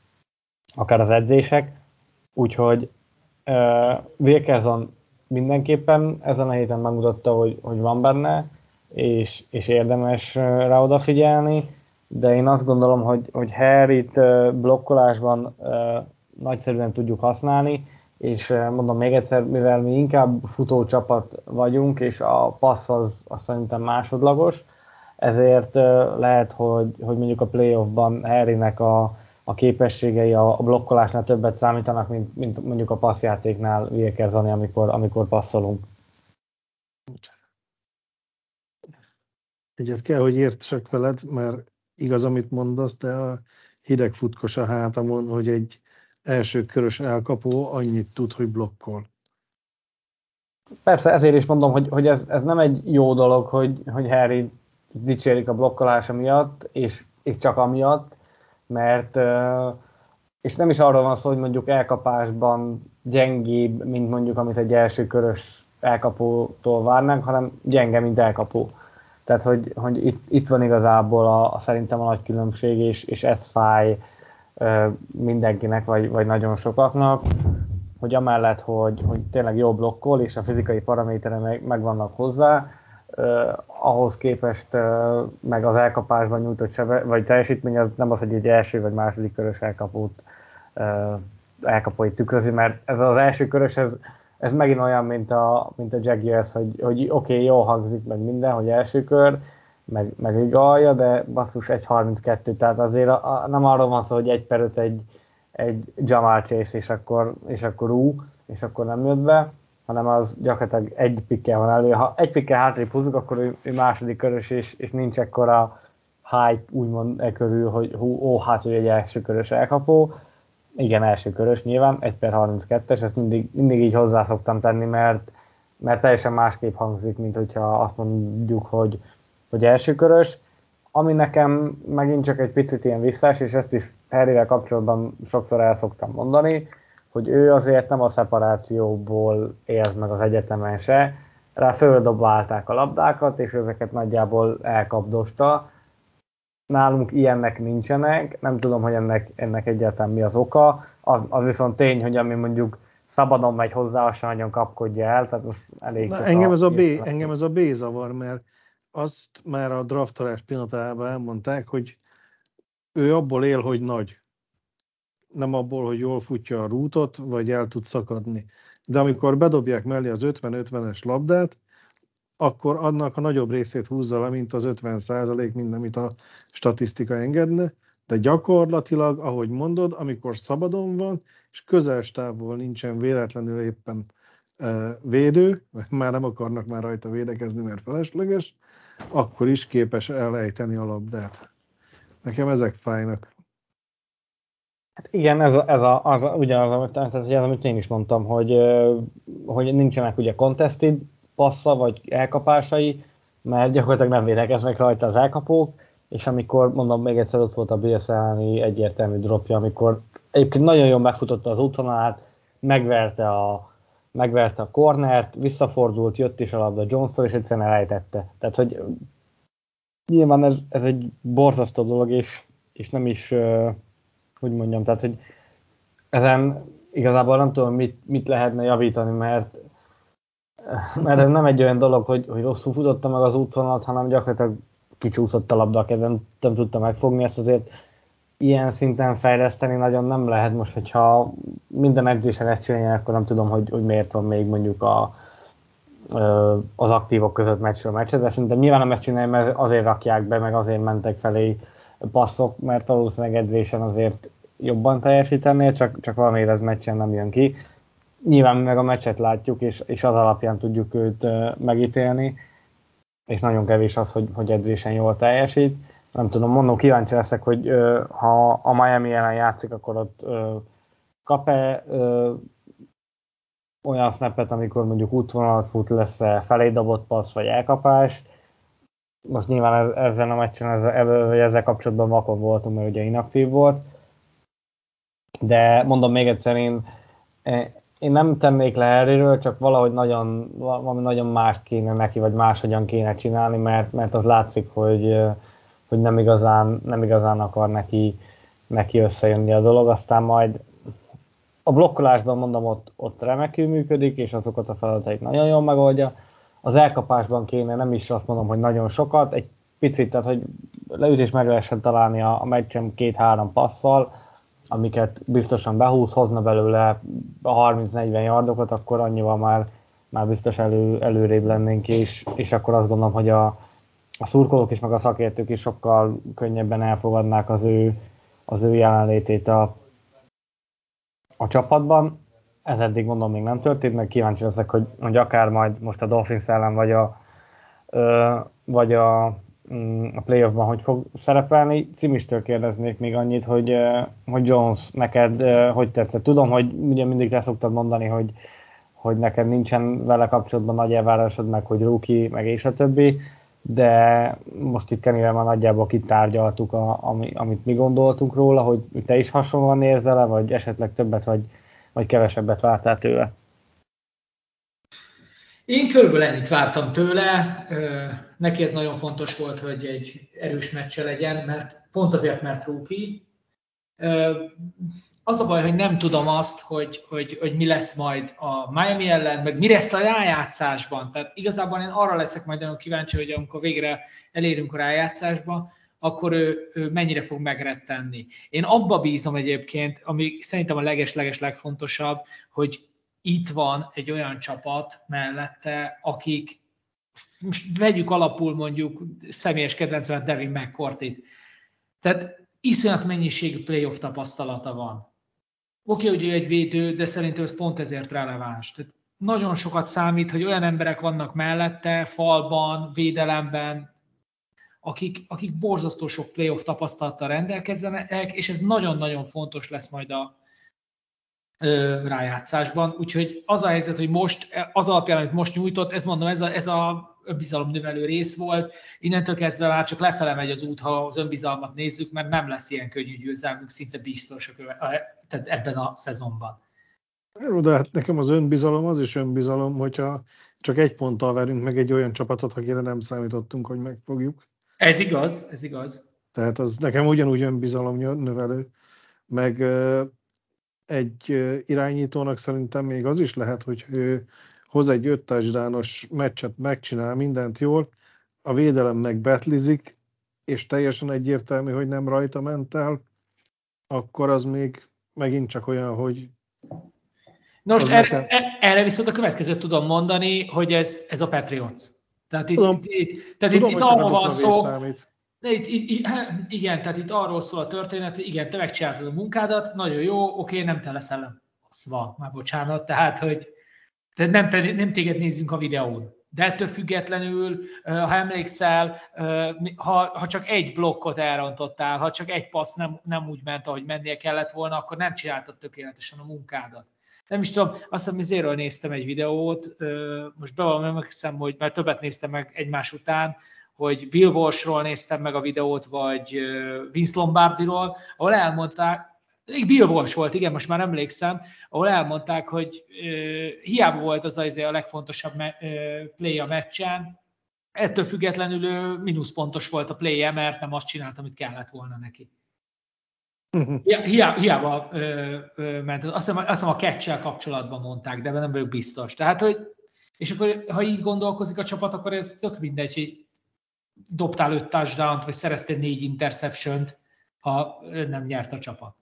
akár az edzések. Úgyhogy uh, Wilkerson mindenképpen ezen a héten megmutatta, hogy, hogy van benne, és, és érdemes rá odafigyelni, de én azt gondolom, hogy, hogy Harryt uh, blokkolásban uh, nagyszerűen tudjuk használni, és mondom még egyszer, mivel mi inkább futócsapat vagyunk, és a passz az, az szerintem másodlagos, ezért lehet, hogy, hogy mondjuk a playoffban Harrynek a, a képességei a, a blokkolásnál többet számítanak, mint, mint mondjuk a passzjátéknál Wilkerson, amikor, amikor passzolunk. Egyet kell, hogy értsek veled, mert igaz, amit mondasz, de a hideg futkos a hátamon, hogy egy első körös elkapó annyit tud, hogy blokkol. Persze, ezért is mondom, hogy, hogy ez, ez nem egy jó dolog, hogy, hogy Harry dicsérik a blokkolása miatt, és, és csak amiatt, mert és nem is arról van szó, hogy mondjuk elkapásban gyengébb, mint mondjuk amit egy első körös elkapótól várnánk, hanem gyenge, mint elkapó. Tehát, hogy, hogy itt, itt van igazából a, a szerintem a nagy különbség, és, és ez fáj mindenkinek, vagy, vagy nagyon sokaknak, hogy amellett, hogy, hogy tényleg jó blokkol, és a fizikai paraméterek meg, megvannak hozzá, eh, ahhoz képest eh, meg az elkapásban nyújtott sebe, vagy teljesítmény az nem az, hogy egy első vagy második körös elkapót eh, elkapóit tükrözi, mert ez az első körös, ez, ez megint olyan, mint a, mint a Jaguars, hogy, hogy oké, okay, jó hangzik meg minden, hogy első kör, meg, meg igalja, de basszus egy harminckettő, tehát azért a, a, nem arról van szó, hogy egy per öt egy egy Jamal Chase, és akkor, és akkor ú, és akkor nem jött be, hanem az gyakorlatilag egy pikkel van elő. Ha egy pikkel hátrébb húzunk, akkor ő, ő második körös, és, és nincs ekkora hype úgymond e körül, hogy hú, ó, hát ő egy első körös elkapó. Igen, első körös nyilván, egy per harminckettes, ezt mindig, mindig így hozzá szoktam tenni, mert, mert teljesen másképp hangzik, mint hogyha azt mondjuk, hogy, hogy első körös. Ami nekem megint csak egy picit ilyen visszás, és ezt is Harryvel kapcsolatban sokszor el szoktam mondani, hogy ő azért nem a szeparációból élt meg az egyetemen se, rá földobálták a labdákat, és ezeket nagyjából elkapdosta. Nálunk ilyennek nincsenek, nem tudom, hogy ennek, ennek egyáltalán mi az oka, az, az viszont tény, hogy ami mondjuk szabadon megy hozzá, azt nagyon kapkodja el, tehát most elég Na, csak engem, a... ez a B, engem ez a B zavar, mert azt már a draftolás pillanatában elmondták, hogy ő abból él, hogy nagy. Nem abból, hogy jól futja a rútot, vagy el tud szakadni. De amikor bedobják mellé az ötven-ötvenes labdát, akkor annak a nagyobb részét húzza le, mint az ötven százalék, mint amit a statisztika engedne. De gyakorlatilag, ahogy mondod, amikor szabadon van, és közels távol nincsen véletlenül éppen e, védő, már nem akarnak már rajta védekezni, mert felesleges, akkor is képes elejteni a labdát. Nekem ezek fájnak. Hát igen, ez, a, ez a, az, ugyanaz, amit, tehát ez, amit én is mondtam, hogy, hogy nincsenek ugye contested passza, vagy elkapásai, mert gyakorlatilag nem védekeznek rajta az elkapók, és amikor, mondom, még egyszer ott volt a Bills elleni egyértelmű dropja, amikor egyébként nagyon jól megfutotta az útvonalát, megverte a, megverte a cornert, visszafordult, jött is a labda Jones-tól, és egyszerűen elejtette. Tehát, hogy nyilván ez, ez egy borzasztó dolog, és, és nem is... hogy mondjam, tehát, hogy ezen igazából nem tudom, mit, mit lehetne javítani, mert, mert ez nem egy olyan dolog, hogy, hogy rosszul futotta meg az útvonalat, hanem gyakorlatilag kicsúszott a labda a kezem, nem tudta megfogni, ezt azért ilyen szinten fejleszteni nagyon nem lehet. Most, hogyha minden edzésen ezt csinálják, akkor nem tudom, hogy, hogy miért van még mondjuk a, az aktívok között meccsről meccsre, de szerintem nyilván nem ezt csinálják, mert azért rakják be, meg azért mentek felé passzok, mert valószínűleg edzésen azért jobban teljesítenél, csak, csak valamiért ez meccsen nem jön ki. Nyilván mi meg a meccset látjuk, és, és az alapján tudjuk őt uh, megítélni, és nagyon kevés az, hogy, hogy edzésen jól teljesít. Nem tudom, mondom, kíváncsi leszek, hogy uh, ha a Miami ellen játszik, akkor ott uh, kap-e uh, olyan snappet, amikor mondjuk útvonalat fut, lesz-e felé dobott passz, vagy elkapás. Most nyilván ezzel a meccsen, ezzel, ezzel kapcsolatban vakon voltunk, mert ugye inaktív volt. De mondom még egyszer, én, én nem tennék le Harryről, csak valahogy nagyon, valami nagyon mást kéne neki, vagy máshogyan kéne csinálni, mert, mert az látszik, hogy, hogy nem, igazán, nem igazán akar neki, neki összejönni a dolog, aztán majd a blokkolásban mondom, ott, ott remekül működik, és azokat a feladatait nagyon jól megoldja. Az elkapásban kéne, nem is azt mondom, hogy nagyon sokat, egy picit, tehát hogy leütés meg lehessen találni a, a meccsen két-három passzal, amiket biztosan behúz, hozna belőle a harminc-negyven yardokat, akkor annyival már, már biztos elő, előrébb lennénk, és, és akkor azt gondolom, hogy a, a szurkolók is, meg a szakértők is sokkal könnyebben elfogadnák az ő, az ő jelenlétét a, a csapatban. ez eddig mondom még nem történt, meg kíváncsi leszek, hogy, hogy akár majd most a Dolphins ellen, vagy a, ö, vagy a, a playoffban hogy fog szerepelni. Cimistől kérdeznék még annyit, hogy, hogy Jones, neked hogy tetszett? Tudom, hogy ugye mindig le szoktad mondani, hogy, hogy neked nincsen vele kapcsolatban nagy elvárásod, meg hogy rookie, meg és a többi, de most itt Kennyvel már nagyjából kitárgyaltuk, a, ami, amit mi gondoltunk róla, hogy te is hasonlóan érzel le, vagy esetleg többet, vagy, vagy kevesebbet vártál tőle? Én körülbelül ennyit vártam tőle, neki ez nagyon fontos volt, hogy egy erős meccse legyen, mert pont azért, mert rookie. Az a baj, hogy nem tudom azt, hogy, hogy, hogy mi lesz majd a Miami ellen, meg mi lesz a rájátszásban. Tehát igazából én arra leszek majd nagyon kíváncsi, hogy amikor végre elérünk a rájátszásba, akkor ő, ő mennyire fog megrettenni. Én abba bízom egyébként, ami szerintem a leges-leges legfontosabb, hogy itt van egy olyan csapat mellette, akik, most vegyük alapul mondjuk személyes kedvencemet Devin McCourtit. Tehát iszonyat mennyiségű playoff tapasztalata van. Oké, hogy ő egy védő, de szerintem ez pont ezért releváns. Tehát nagyon sokat számít, hogy olyan emberek vannak mellette, falban, védelemben, akik, akik borzasztó sok playoff tapasztalattal rendelkezzenek, és ez nagyon-nagyon fontos lesz majd a ö, rájátszásban. Úgyhogy az a helyzet, hogy most, az alapján, amit most nyújtott, ez mondom, ez a, ez a önbizalomnövelő rész volt. Innentől kezdve már csak lefele megy az út, ha az önbizalmat nézzük, mert nem lesz ilyen könnyű győzelmük, szinte biztos a köve, tehát ebben a szezonban. Jó, de hát nekem az önbizalom az is önbizalom, hogyha csak egy ponttal verünk meg egy olyan csapatot, akire nem számítottunk, hogy megfogjuk. Ez igaz, ez igaz. Tehát az nekem ugyanúgy önbizalom növelő, meg egy irányítónak szerintem még az is lehet, hogy ő hoz egy öt touchdownos meccset, megcsinál mindent jól, a védelem meg betlizik, és teljesen egyértelmű, hogy nem rajta ment el, akkor az még megint csak olyan, hogy... Nos, erre, nekem... erre viszont a következőt tudom mondani, hogy ez, ez a Patriots. Tehát itt, tudom, itt, itt, tehát tudom, itt, itt hogy csak arról a van szó, számít. de itt, itt, itt, igen, tehát itt arról szól a történet, hogy igen, te megcsináltad a munkádat, nagyon jó, oké, nem te leszel baszva, már bocsánat, tehát, hogy tehát nem, nem téged nézzünk a videón. De ettől függetlenül, ha emlékszel, ha, ha csak egy blokkot elrontottál, ha csak egy passz nem, nem úgy ment, ahogy mennie kellett volna, akkor nem csináltad tökéletesen a munkádat. Nem is tudom, azt hiszem, zéről néztem egy videót, most bevallom, emlékszem, hogy már többet néztem meg egymás után, hogy Bill Walshról néztem meg a videót, vagy Vince Lombardiról, ahol elmondták, Bill Walsh volt, igen, most már emlékszem, ahol elmondták, hogy uh, hiába volt az azért a legfontosabb me- uh, play a meccsen, ettől függetlenül ő mínuszpontos volt a play-je, mert nem azt csinált, amit kellett volna neki. Hiába, hiába ö, ö, ment. Azt hiszem, azt hiszem a catch-el kapcsolatban mondták, de nem vagyok biztos. Tehát, hogy, és akkor, ha így gondolkozik a csapat, akkor ez tök mindegy, hogy dobtál öt touchdownt, vagy szereztél négy interceptiont, ha nem nyert a csapat.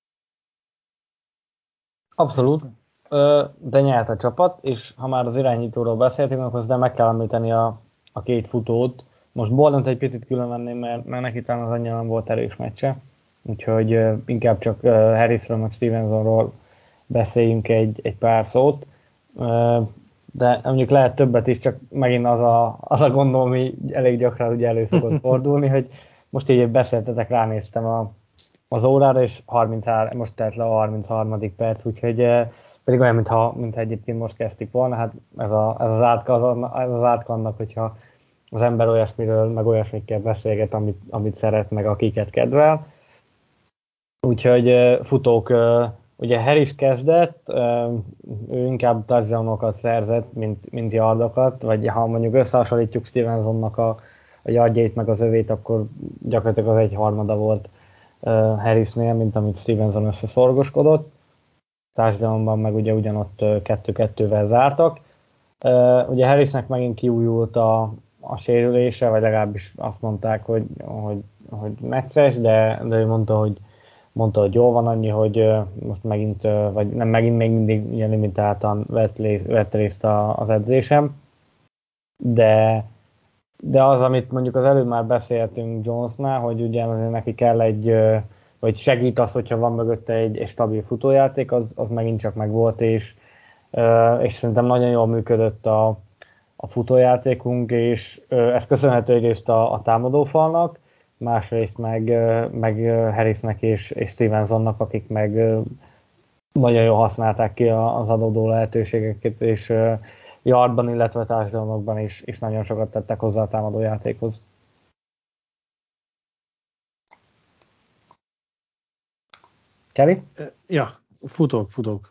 Abszolút, de nyert a csapat, és ha már az irányítóról beszéltünk, akkor de meg kell említeni a, a két futót. Most Bollant egy picit külön venném, mert, mert neki talán az annyira nem volt erős meccse, úgyhogy uh, inkább csak uh, Harrisről, meg Stevensonról beszéljünk egy, egy pár szót. Uh, de mondjuk lehet többet is, csak megint az a, az a gondom, ami elég gyakran ugye elő szokott fordulni, hogy most így beszéltetek, ránéztem a az órára, és harminchárom, most telt le a harmincharmadik perc, úgyhogy eh, pedig olyan, mintha, mintha egyébként most kezdték volna, hát ez, a, ez az átka, az, ez az átka annak, hogyha az ember olyasmiről, meg olyasmikkel beszélget, amit, amit szeret, meg akiket kedvel. Úgyhogy eh, futók, eh, ugye Harris kezdett, eh, ő inkább touchdownokat szerzett, mint, mint yardokat, vagy ha mondjuk összehasonlítjuk Stevensonnak a, a yardjait, meg az övét, akkor gyakorlatilag az egy harmada volt Harrisnél, mint amit Stevenson összeszorgoskodott. Touchdownban meg ugye ugyanott kettő-kettővel zártak. Ugye Harrisnek megint kiújult a, a sérülése, vagy legalábbis azt mondták, hogy, hogy, hogy meccses, de, de ő mondta, hogy, mondta, hogy jól van, annyi, hogy most megint, vagy nem megint, még mindig ilyen limitáltan vett, vett részt az edzésem. De De az, amit mondjuk az előbb már beszéltünk Jonesnál, hogy ugye neki kell egy, vagy segít az, hogyha van mögötte egy, egy stabil futójáték, az, az megint csak megvolt, és, és szerintem nagyon jól működött a, a futójátékunk, és ez köszönhető egyrészt a, a támadófalnak, másrészt meg, meg Harrisnek és, és Stevensonnak, akik meg nagyon jól használták ki az adódó lehetőségeket, és yardban, illetve társadalmakban is, is nagyon sokat tettek hozzá a támadójátékhoz. Keri? Ja, futok, futok.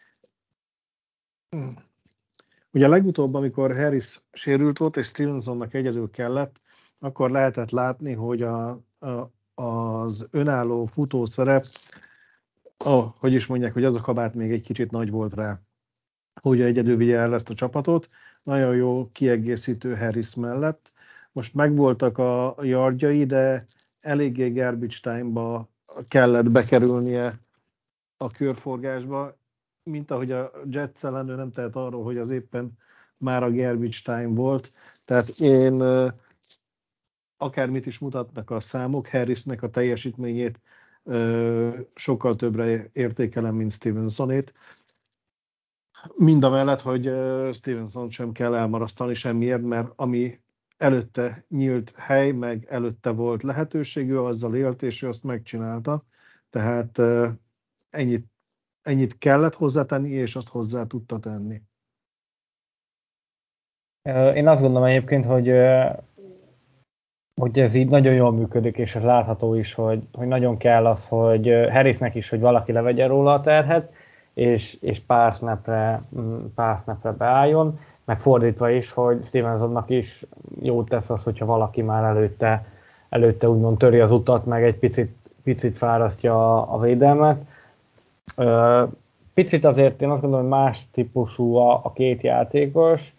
Ugye legutóbb, amikor Harris sérült volt, és Stevensonnak egyedül kellett, akkor lehetett látni, hogy a, a, az önálló futó szerep, oh, hogy is mondják, hogy az a kabát még egy kicsit nagy volt rá, hogy egyedül vigye el ezt a csapatot. Nagyon jó kiegészítő Harris mellett. Most megvoltak a yardjai, de eléggé garbage time-ba kellett bekerülnie a körforgásba, mint ahogy a Jets ellen ő nem tehet arról, hogy az éppen már a garbage time volt. Tehát én akármit is mutatnak a számok, Harrisnek a teljesítményét sokkal többre értékelem, mint Stevensonét. Mind a mellett, hogy Stevenson sem kell elmarasztalni semmiért, mert ami előtte nyílt hely, meg előtte volt lehetőségű, azzal élt, és ő azt megcsinálta. Tehát ennyit, ennyit kellett hozzátenni, és azt hozzá tudta tenni. Én azt gondolom egyébként, hogy, hogy ez így nagyon jól működik, és ez látható is, hogy, hogy nagyon kell az, hogy Harrisnek is, hogy valaki levegye róla a terhet, és, és pár snapre, pár snapre beálljon, meg fordítva is, hogy Stevensonnak is jót tesz az, hogyha valaki már előtte, előtte úgymond töri az utat, meg egy picit, picit fárasztja a, a védelmet. Picit azért én azt gondolom, hogy más típusú a, a két játékos.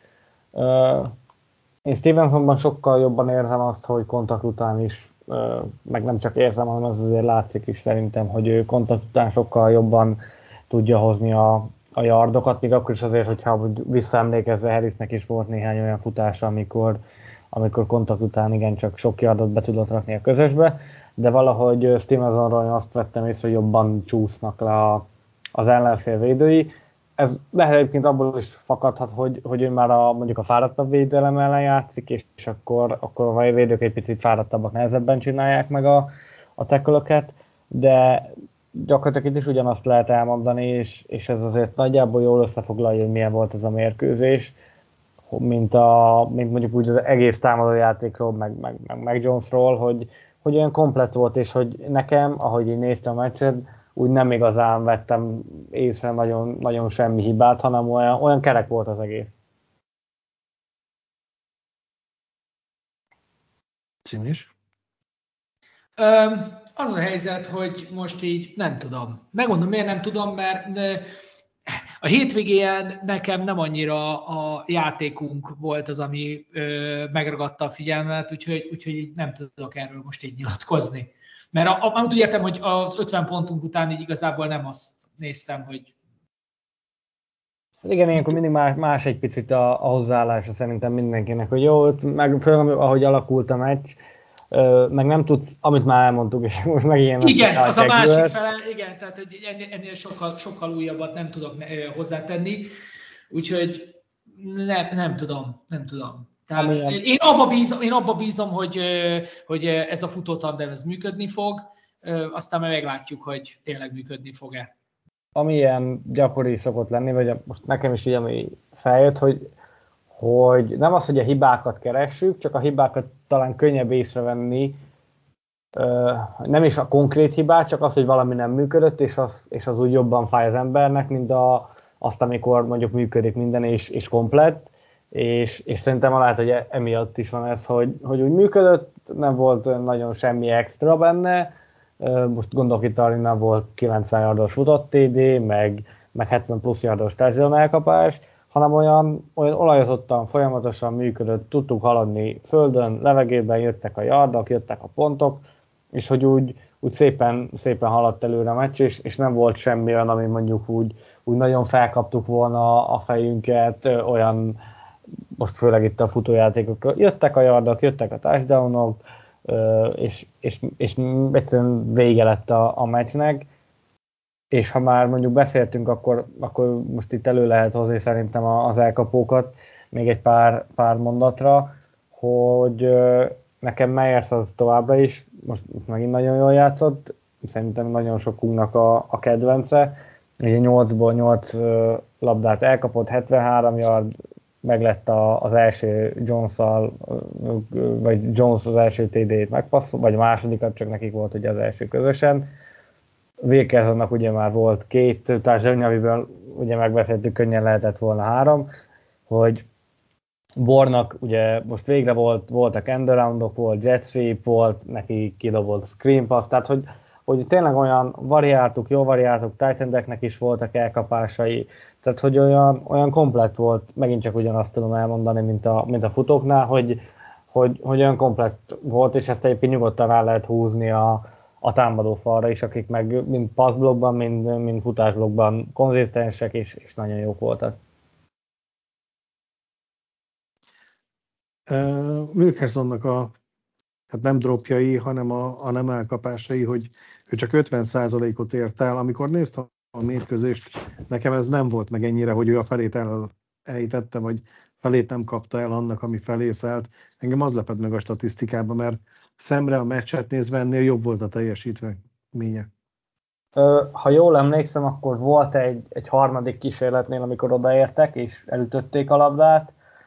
Én Stevensonban sokkal jobban érzem azt, hogy kontakt után is, meg nem csak érzem, hanem ez azért látszik is szerintem, hogy ő kontakt után sokkal jobban tudja hozni a, a yardokat, még akkor is azért, hogyha visszaemlékezve Harrisnek is volt néhány olyan futása, amikor, amikor kontakt után igencsak sok yardot be tudott rakni a közösbe, de valahogy Stevensonról én azt vettem észre, hogy jobban csúsznak le a, az ellenfél védői. Ez lehet egyébként abból is fakadhat, hogy, hogy ő már a, mondjuk a fáradtabb védelem ellen játszik, és, és akkor, akkor a védők egy picit fáradtabbak, nehezebben csinálják meg a, a tackle-öket, de gyakorlatilag itt is ugyanazt lehet elmondani, és, és ez azért nagyjából jól összefoglalja, hogy milyen volt ez a mérkőzés, mint, a, mint mondjuk úgy az egész támadójátékról, meg, meg, meg, meg Jonesról, hogy, hogy olyan komplett volt, és hogy nekem, ahogy így néztem a meccset, úgy nem igazán vettem észre nagyon, nagyon semmi hibát, hanem olyan, olyan kerek volt az egész. Cím is? Um, az a helyzet, hogy most így nem tudom. Megmondom, miért nem tudom, mert a hétvégén nekem nem annyira a játékunk volt az, ami ö, megragadta a figyelmet, úgyhogy, úgyhogy így nem tudok erről most így nyilatkozni. Mert a, a, úgy értem, hogy az ötven pontunk után így igazából nem azt néztem, hogy... Igen, ilyenkor mindig más, más egy picit a, a hozzáállása szerintem mindenkinek, hogy jó, meg főleg ahogy alakult a meccs, meg nem tudsz, amit már elmondtuk, és most meg ilyen... Igen, az a másik fele, igen, tehát hogy ennél, ennél sokkal, sokkal újabbat nem tudok hozzátenni, úgyhogy nem, nem tudom, nem tudom. Tehát én abba bízom, én abba bízom hogy, hogy ez a futótandem ez működni fog, aztán meglátjuk, hogy tényleg működni fog-e. Ami ilyen gyakori szokott lenni, vagy most nekem is így, ami feljött, hogy, hogy nem az, hogy a hibákat keressük, csak a hibákat talán könnyebb észrevenni, nem is a konkrét hibát, csak az, hogy valami nem működött, és az, és az úgy jobban fáj az embernek, mint a, azt, amikor mondjuk működik minden, és, és komplett, és, és szerintem lehet, hogy emiatt is van ez, hogy, hogy úgy működött, nem volt nagyon semmi extra benne, most gondolok itt arra, nem volt kilencven yardos futott té dé, meg, meg hetven plusz yardos touchdown elkapás, hanem olyan, olyan olajozottan, folyamatosan működött, tudtuk haladni földön, levegőben, jöttek a yardok, jöttek a pontok, és hogy úgy, úgy szépen, szépen haladt előre a meccs, és, és nem volt semmi olyan, ami mondjuk úgy, úgy nagyon felkaptuk volna a fejünket, olyan, most főleg itt a futójátékokról, jöttek a yardok, jöttek a touchdownok, és, és, és egyszerűen vége lett a, a meccsnek, és ha már mondjuk beszéltünk, akkor, akkor most itt elő lehet hozni szerintem az elkapókat még egy pár, pár mondatra, hogy nekem Meyers az továbbra is, most megint nagyon jól játszott, szerintem nagyon sokunknak a, a kedvence, ugye nyolcból nyolc labdát elkapott, hetvenhárom yard, meglett az első Jones-szal, vagy Jones az első té dét megpasszol, vagy a másodikat, csak nekik volt ugye az első közösen. Wilkersonnak ugye már volt két társadalmi, amiből ugye megbeszéltük, könnyen lehetett volna három, hogy Bornak ugye most végre volt, voltak endaroundok, volt jet sweep, volt neki kidobott screen pass, tehát hogy, hogy tényleg olyan variáltuk, jó variáltuk, tight endeknek is voltak elkapásai, tehát hogy olyan, olyan komplett volt, megint csak ugyanazt tudom elmondani, mint a, mint a futóknál, hogy, hogy, hogy olyan komplett volt, és ezt egyébként nyugodtan rá lehet húzni a, a támadó falra is, akik meg mind passzblokkban, mind, mind futásblokkban konzisztensek és, és nagyon jók voltak. Uh, Wilkersonnak a hát nem dropjai, hanem a, a nem elkapásai, hogy ő csak ötven százalékot ért el. Amikor néztem a mérkőzést, nekem ez nem volt meg ennyire, hogy ő a felét elejtette, vagy felét nem kapta el annak, ami felé szállt. Engem az lepett meg a statisztikában, mert szemre a meccset nézve ennél jobb volt a teljesítménye. Ha jól emlékszem, akkor volt egy, egy harmadik kísérletnél, amikor odaértek, és elütötték a labdát.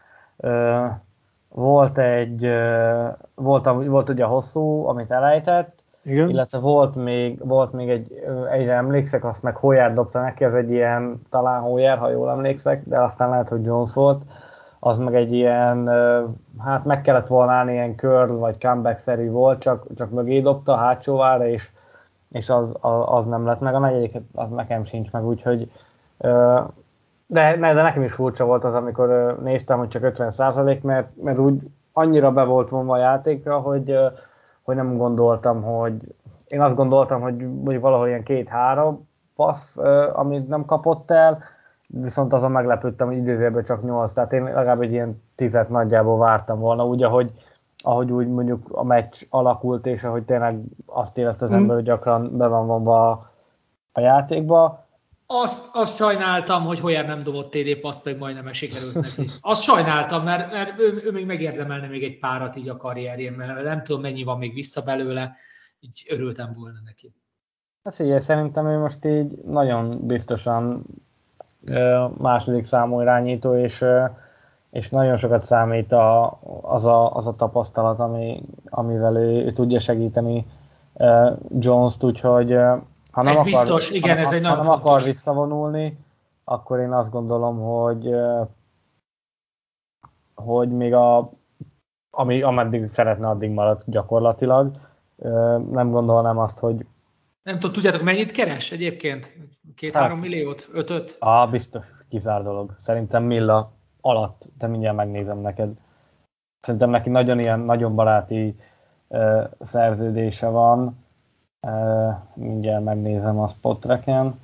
Volt egy, volt, volt ugye a hosszú, amit elejtett, igen. Illetve volt még, volt még egy, egyre emlékszek, azt meg Hoyer dobta neki, az egy ilyen, talán Hoyer, ha jól emlékszek, de aztán lehet, hogy Jones volt, az meg egy ilyen, hát meg kellett volna állni, ilyen curl vagy comeback-szerű volt, csak, csak mögé dobta a hátsóvára, és, és az, az, az nem lett meg, a negyedik, az nekem sincs meg, úgyhogy De, de nekem is furcsa volt az, amikor néztem, hogy csak ötven százalék, mert, mert úgy annyira be volt vonva a játékra, hogy, hogy nem gondoltam, hogy... Én azt gondoltam, hogy, hogy valahol ilyen két-három passz, amit nem kapott el, viszont azon meglepődtem, hogy idézőjelben csak nyolc, tehát én legalább egy ilyen tizet nagyjából vártam volna, úgy, ahogy, ahogy úgy mondjuk a meccs alakult, és ahogy tényleg azt érezte az ember, hogy gyakran be van vonva a, a játékba. Azt, azt sajnáltam, hogy Hoyer nem dobott té dé paszt, meg majdnem sikerült neki. Azt sajnáltam, mert, mert ő, ő még megérdemelne még egy párat így a karrierjén, mert nem tudom, mennyi van még vissza belőle, így örültem volna neki. Hát figyelj, szerintem ő most így nagyon biztosan második számú irányító, és, és nagyon sokat számít a, az, a, az a tapasztalat, ami, amivel ő, ő tudja segíteni Jones-t, úgyhogy ha nem, ez akar, biztos, igen, ha, ez egy ha nagyon nem fontos. akar visszavonulni, akkor én azt gondolom, hogy, hogy még a, ami, ameddig szeretne, addig marad gyakorlatilag. Nem gondolnám azt, hogy... Nem tudom, tudjátok, mennyit keres egyébként? Két-három milliót? Ötöt? Á, biztos, kizár dolog. Szerintem Milla alatt, de mindjárt megnézem neked. Szerintem neki nagyon ilyen, nagyon baráti uh, szerződése van. Uh, mindjárt megnézem a Spotracken.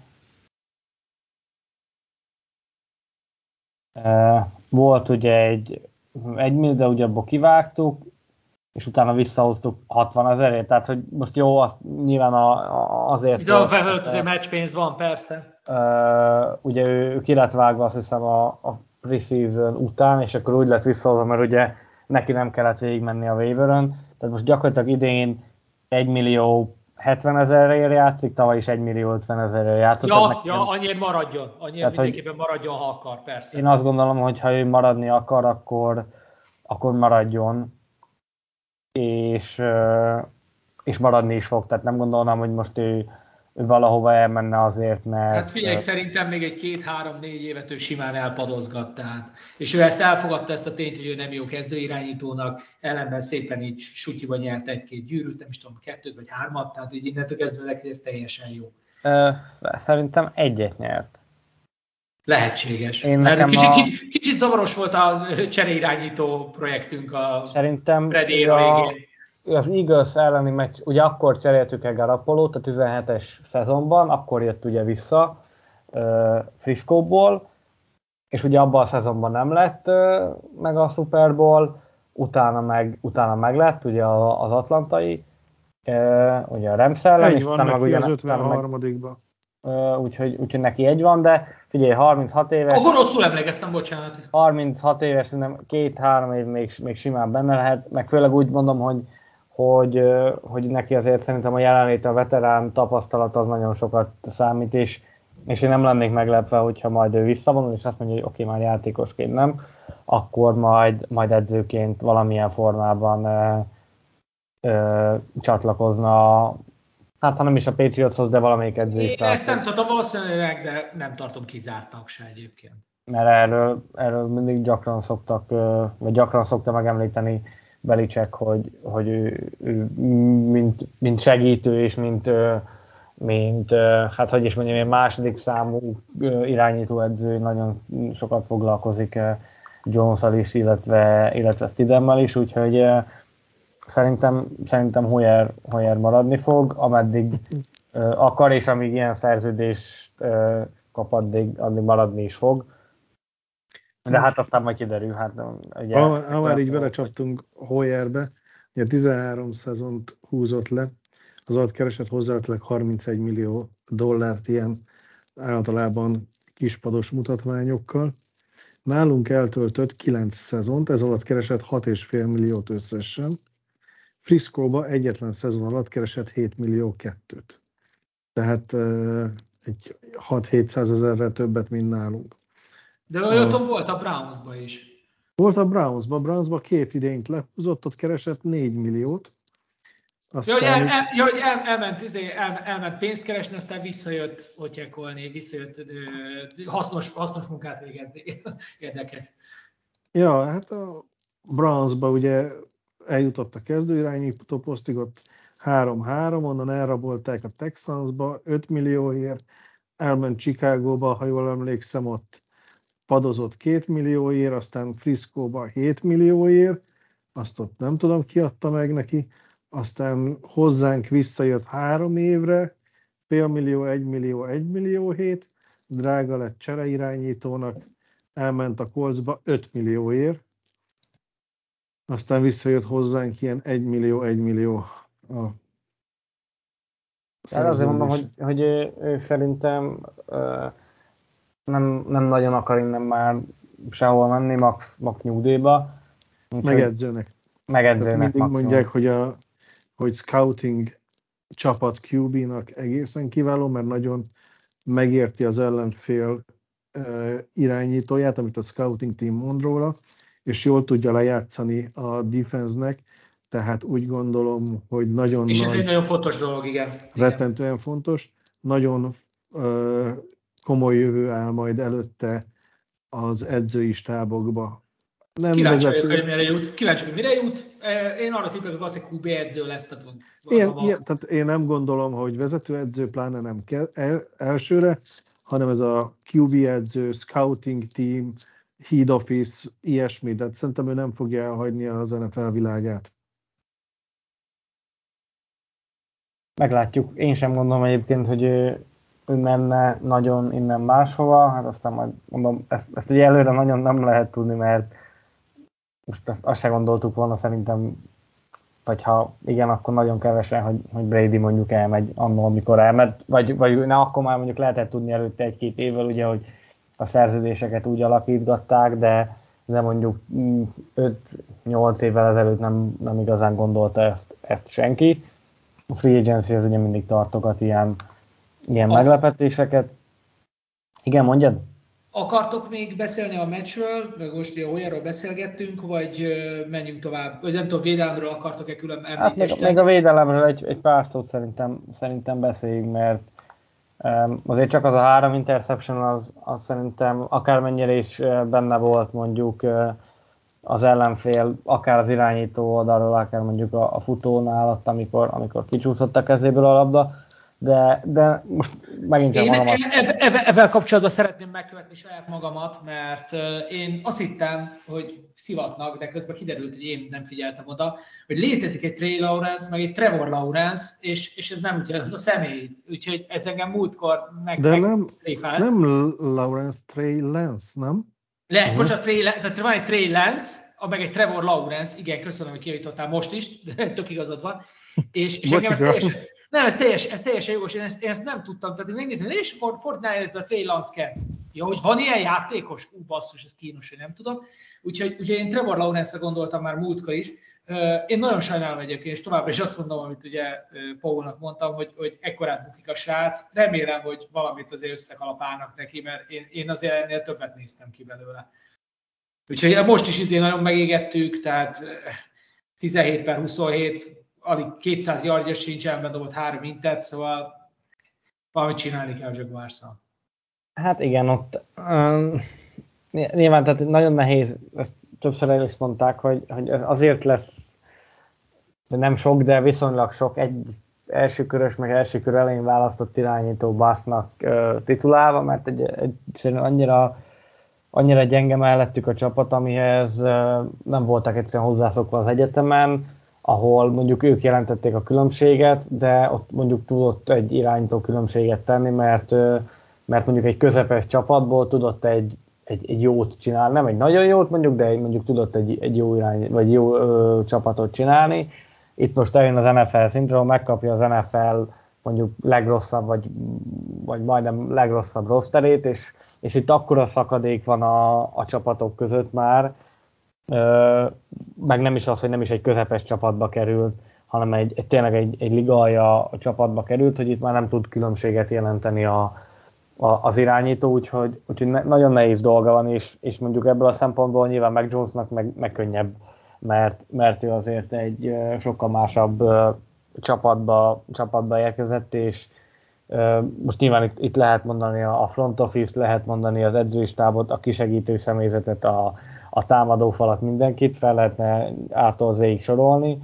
Uh, volt ugye egy, egy millió, de ugye abból kivágtuk, és utána visszahoztuk hatvan ezerért, tehát hogy most jó, azt nyilván a, a, azért... De a felhőtt azért meccspénz van, persze. Uh, ugye ő, ő ki lett vágva, azt hiszem a, a preseason után, és akkor úgy lett visszahozva, mert ugye neki nem kellett végigmenni a waiverön, tehát most gyakorlatilag idén egy millió hetven ezerért játszik, tavaly is egy millió ötven ezerért játszott. Ja, neki ja, nem... annyiért maradjon, annyiért tehát, mindenképpen maradjon, ha akar, persze. Én azt gondolom, hogy ha ő maradni akar, akkor, akkor maradjon, és, és maradni is fog, tehát nem gondolnám, hogy most ő, ő valahova elmenne azért, mert... Hát figyelj, szerintem még egy két-három-négy évet ő simán elpadozgat, tehát. És ő ezt elfogadta, ezt a tényt, hogy ő nem jó kezdőirányítónak, ellenben szépen így sutyiba nyert egy-két gyűrűt, nem is tudom, kettőt vagy hármat, tehát így innentől kezdve neki ez teljesen jó. Ö, szerintem egyet nyert. Lehetséges. Én Mert kicsit, a... kicsit, kicsit zavaros volt a cseréirányító projektünk a Szerintem Brady a végén. Az Eagles elleni meccs, ugye akkor cseréltük el Garoppolót a tizenhetes szezonban, akkor jött ugye vissza uh, Friscoból, és ugye abban a szezonban nem lett uh, meg a Super Bowl, utána meg, utána meg lett ugye az atlantai, uh, ugye a Rams ellen, Egy és van utána neki meg ugye az ötvenharmadikban. úgyhogy, úgyhogy neki egy van, de figyelj, harminchat éves. Akkor rosszul emlékeztem, bocsánat. harminchat éves, szerintem két-három év még, még simán benne lehet, meg főleg úgy mondom, hogy, hogy, hogy neki azért szerintem a jelenléte, a veterán tapasztalat az nagyon sokat számít, és, és én nem lennék meglepve, hogyha majd ő visszavonul, és azt mondja, hogy oké, okay, már játékosként nem, akkor majd, majd edzőként valamilyen formában ö, ö, csatlakozna, hát ha nem is a Patriotshoz, de valamelyik edzői Én stábhoz. ezt nem tartom valószínűleg, de nem tartom kizártnak se egyébként. Mert erről, erről mindig gyakran szoktak, vagy gyakran szokta megemlíteni Belichick, hogy, hogy ő, ő mint, mint segítő és mint, mint, hát hogy is mondjam, második számú irányítóedző nagyon sokat foglalkozik Jones-al is, illetve, illetve Stidhammel is, úgyhogy szerintem, szerintem Hoyer, Hoyer maradni fog, ameddig akar, és amíg ilyen szerződést kap, addig, addig maradni is fog. De hát aztán majd kiderül. Hát, ugye, ha, ha már így belecsaptunk Hoyerbe, ugye tizenhárom szezont húzott le, az alatt keresett hozzáadólag harmincegy millió dollárt ilyen általában kispados mutatványokkal. Nálunk eltöltött kilenc szezont, ez alatt keresett hat egész öt milliót összesen. Friscoba egyetlen szezon alatt keresett hét millió kettőt. Tehát uh, egy hat-hétszázezerrel többet, mint nálunk. De olyan volt a Brownsba is. Volt a Brownsba, Brownsba két idényt lehúzott, ott keresett négy milliót. Aztán... Ja, hogy, el, el, ja, hogy el, elment, el, elment pénzt keresni, aztán visszajött otyekolni, visszajött ö, hasznos, hasznos munkát végezni. Érdekes. Ja, hát a Brownsba ugye eljutott a kezdőirányító posztig, ott három-három, onnan elrabolták a Texansba öt millióért, elment Chicagóba, ha jól emlékszem, ott padozott két millióért, aztán Friscoba hét millióért, azt ott nem tudom, ki adta meg neki, aztán hozzánk visszajött három évre, fél millió, egy millió, egy millió hét, drága lett csereirányítónak, elment a Coltsba öt millióért, aztán visszajött hozzánk ilyen egy millió, egy millió a szerződés. Azért mondom, hogy, hogy ő, ő szerintem uh, nem, nem nagyon akar innen már sehol menni, max, max nyugdíjba. Megedzőnek. Megedzőnek mindig maximum. mondják, hogy a hogy scouting csapat Q B-nak egészen kiváló, mert nagyon megérti az ellenfél uh, irányítóját, amit a scouting team mond róla, és jól tudja lejátszani a defense-nek, tehát úgy gondolom, hogy nagyon és nagy... ez egy nagyon fontos dolog, igen. Rettentően fontos. Nagyon uh, komoly jövő áll majd előtte az edzői stábokba. Nem kíváncsi vagyok, hogy mire jut. Kíváncsi, hogy mire jut. Én arra tippelek, hogy az egy Q B edző lesz. Tehát ilyen, ilyen, tehát én nem gondolom, hogy vezetőedző, pláne nem kell el, elsőre, hanem ez a Q B edző, scouting team, head office, ilyesmi, de szerintem ő nem fogja elhagyni az N F L világát. Meglátjuk. Én sem gondolom egyébként, hogy ő, ő menne nagyon innen máshova, hát aztán majd mondom, ezt, ezt ugye előre nagyon nem lehet tudni, mert most azt, azt se gondoltuk volna szerintem, vagy ha igen, akkor nagyon kevesen, hogy, hogy Brady mondjuk elmegy annól, amikor elmegy, vagy, vagy ne, akkor már mondjuk lehetett tudni előtte egy-két évvel, ugye, hogy a szerződéseket úgy alakítgatták, de, de mondjuk öt-nyolc évvel ezelőtt nem, nem igazán gondolta ezt, ezt senki. A free agency az ugye mindig tartogat ilyen, ilyen a... meglepetéseket. Igen, mondjad? Akartok még beszélni a meccsről, meg most a Hoyerről beszélgettünk, vagy menjünk tovább? Vagy nem tudom, védelemről akartok-e külön említést? Hát még, még a védelemről egy, egy pár szót szerintem, szerintem beszéljünk, mert um, azért csak az a három interception az, az szerintem akármennyire is benne volt mondjuk az ellenfél, akár az irányító oldalról, akár mondjuk a, a futónál, ott, amikor, amikor kicsúszott a kezéből a labda, de, de most megint csak én magamat... Ezzel kapcsolatban szeretném megkövetni saját magamat, mert én azt hittem, hogy szivatnak, de közben kiderült, hogy én nem figyeltem oda, hogy létezik egy Trey Lawrence, meg egy Trevor Lawrence, és, és ez nem úgy, ez a személy. Úgyhogy ez engem múltkor meg... De meg nem, tréfált. nem Lawrence, Trey Lance, nem? Le, uh-huh. bocsánat, Trey, tehát van egy Trey Lance, meg egy Trevor Lawrence, igen, köszönöm, hogy kijavítottál most is, de tök igazad van. És, és engem ez teljesen, Nem, ez, teljes, ez teljesen jogos, én ezt, én ezt nem tudtam, tehát én megnézem, és Fortnite-ben Trey Lance kezd. Ja, hogy van ilyen játékos? Ú, basszus, ez kínos, hogy nem tudom. Úgyhogy, úgyhogy én Trevor Lawrence-re gondoltam már múltkor is. Én nagyon sajnálom egyébként, és továbbra is azt mondom, amit ugye Paulnak mondtam, hogy, hogy ekkorát bukik a srác. Remélem, hogy valamit azért összekalapálnak neki, mert én, én azért ennél többet néztem ki belőle. Úgyhogy most is izé nagyon megégettük, tehát tizenhét per huszonhét, alig kétszáz yardja sincs, elbedobott három intet, szóval valamit csinálni kell a Jaguars-szal. Hát igen, ott um, nyilván tehát nagyon nehéz, ezt többször el is mondták, hogy, hogy azért lesz nem sok, de viszonylag sok egy elsőkörös, meg első kör elején választott irányító Bassnak uh, titulálva, mert egy, egy, annyira, annyira gyenge mellettük a csapat, amihez uh, nem voltak egyszerűen hozzászokva az egyetemen, ahol mondjuk ők jelentették a különbséget, de ott mondjuk tudott egy irányító különbséget tenni, mert, mert mondjuk egy közepes csapatból tudott egy, egy, egy jót csinálni, nem egy nagyon jót mondjuk, de mondjuk tudott egy, egy jó irány, vagy jó ö, csapatot csinálni. Itt most eljön az en ef el szintről, megkapja az en ef el mondjuk legrosszabb, vagy, vagy majdnem legrosszabb rosterét, és, és itt akkora szakadék van a, a csapatok között már, Ö, meg nem is az, hogy nem is egy közepes csapatba került, hanem egy, egy tényleg egy, egy ligalja csapatba került, hogy itt már nem tud különbséget jelenteni a, a, az irányító, úgyhogy, úgyhogy ne, nagyon nehéz dolga van, és, és mondjuk ebből a szempontból nyilván Mac Jonesnak meg, meg könnyebb, mert, mert ő azért egy uh, sokkal másabb uh, csapatba, csapatba érkezett, és uh, most nyilván itt, itt lehet mondani a front office, lehet mondani az edzőstábot, a kisegítő személyzetet, a a támadófalat, mindenkit fel lehetne ától zéig sorolni.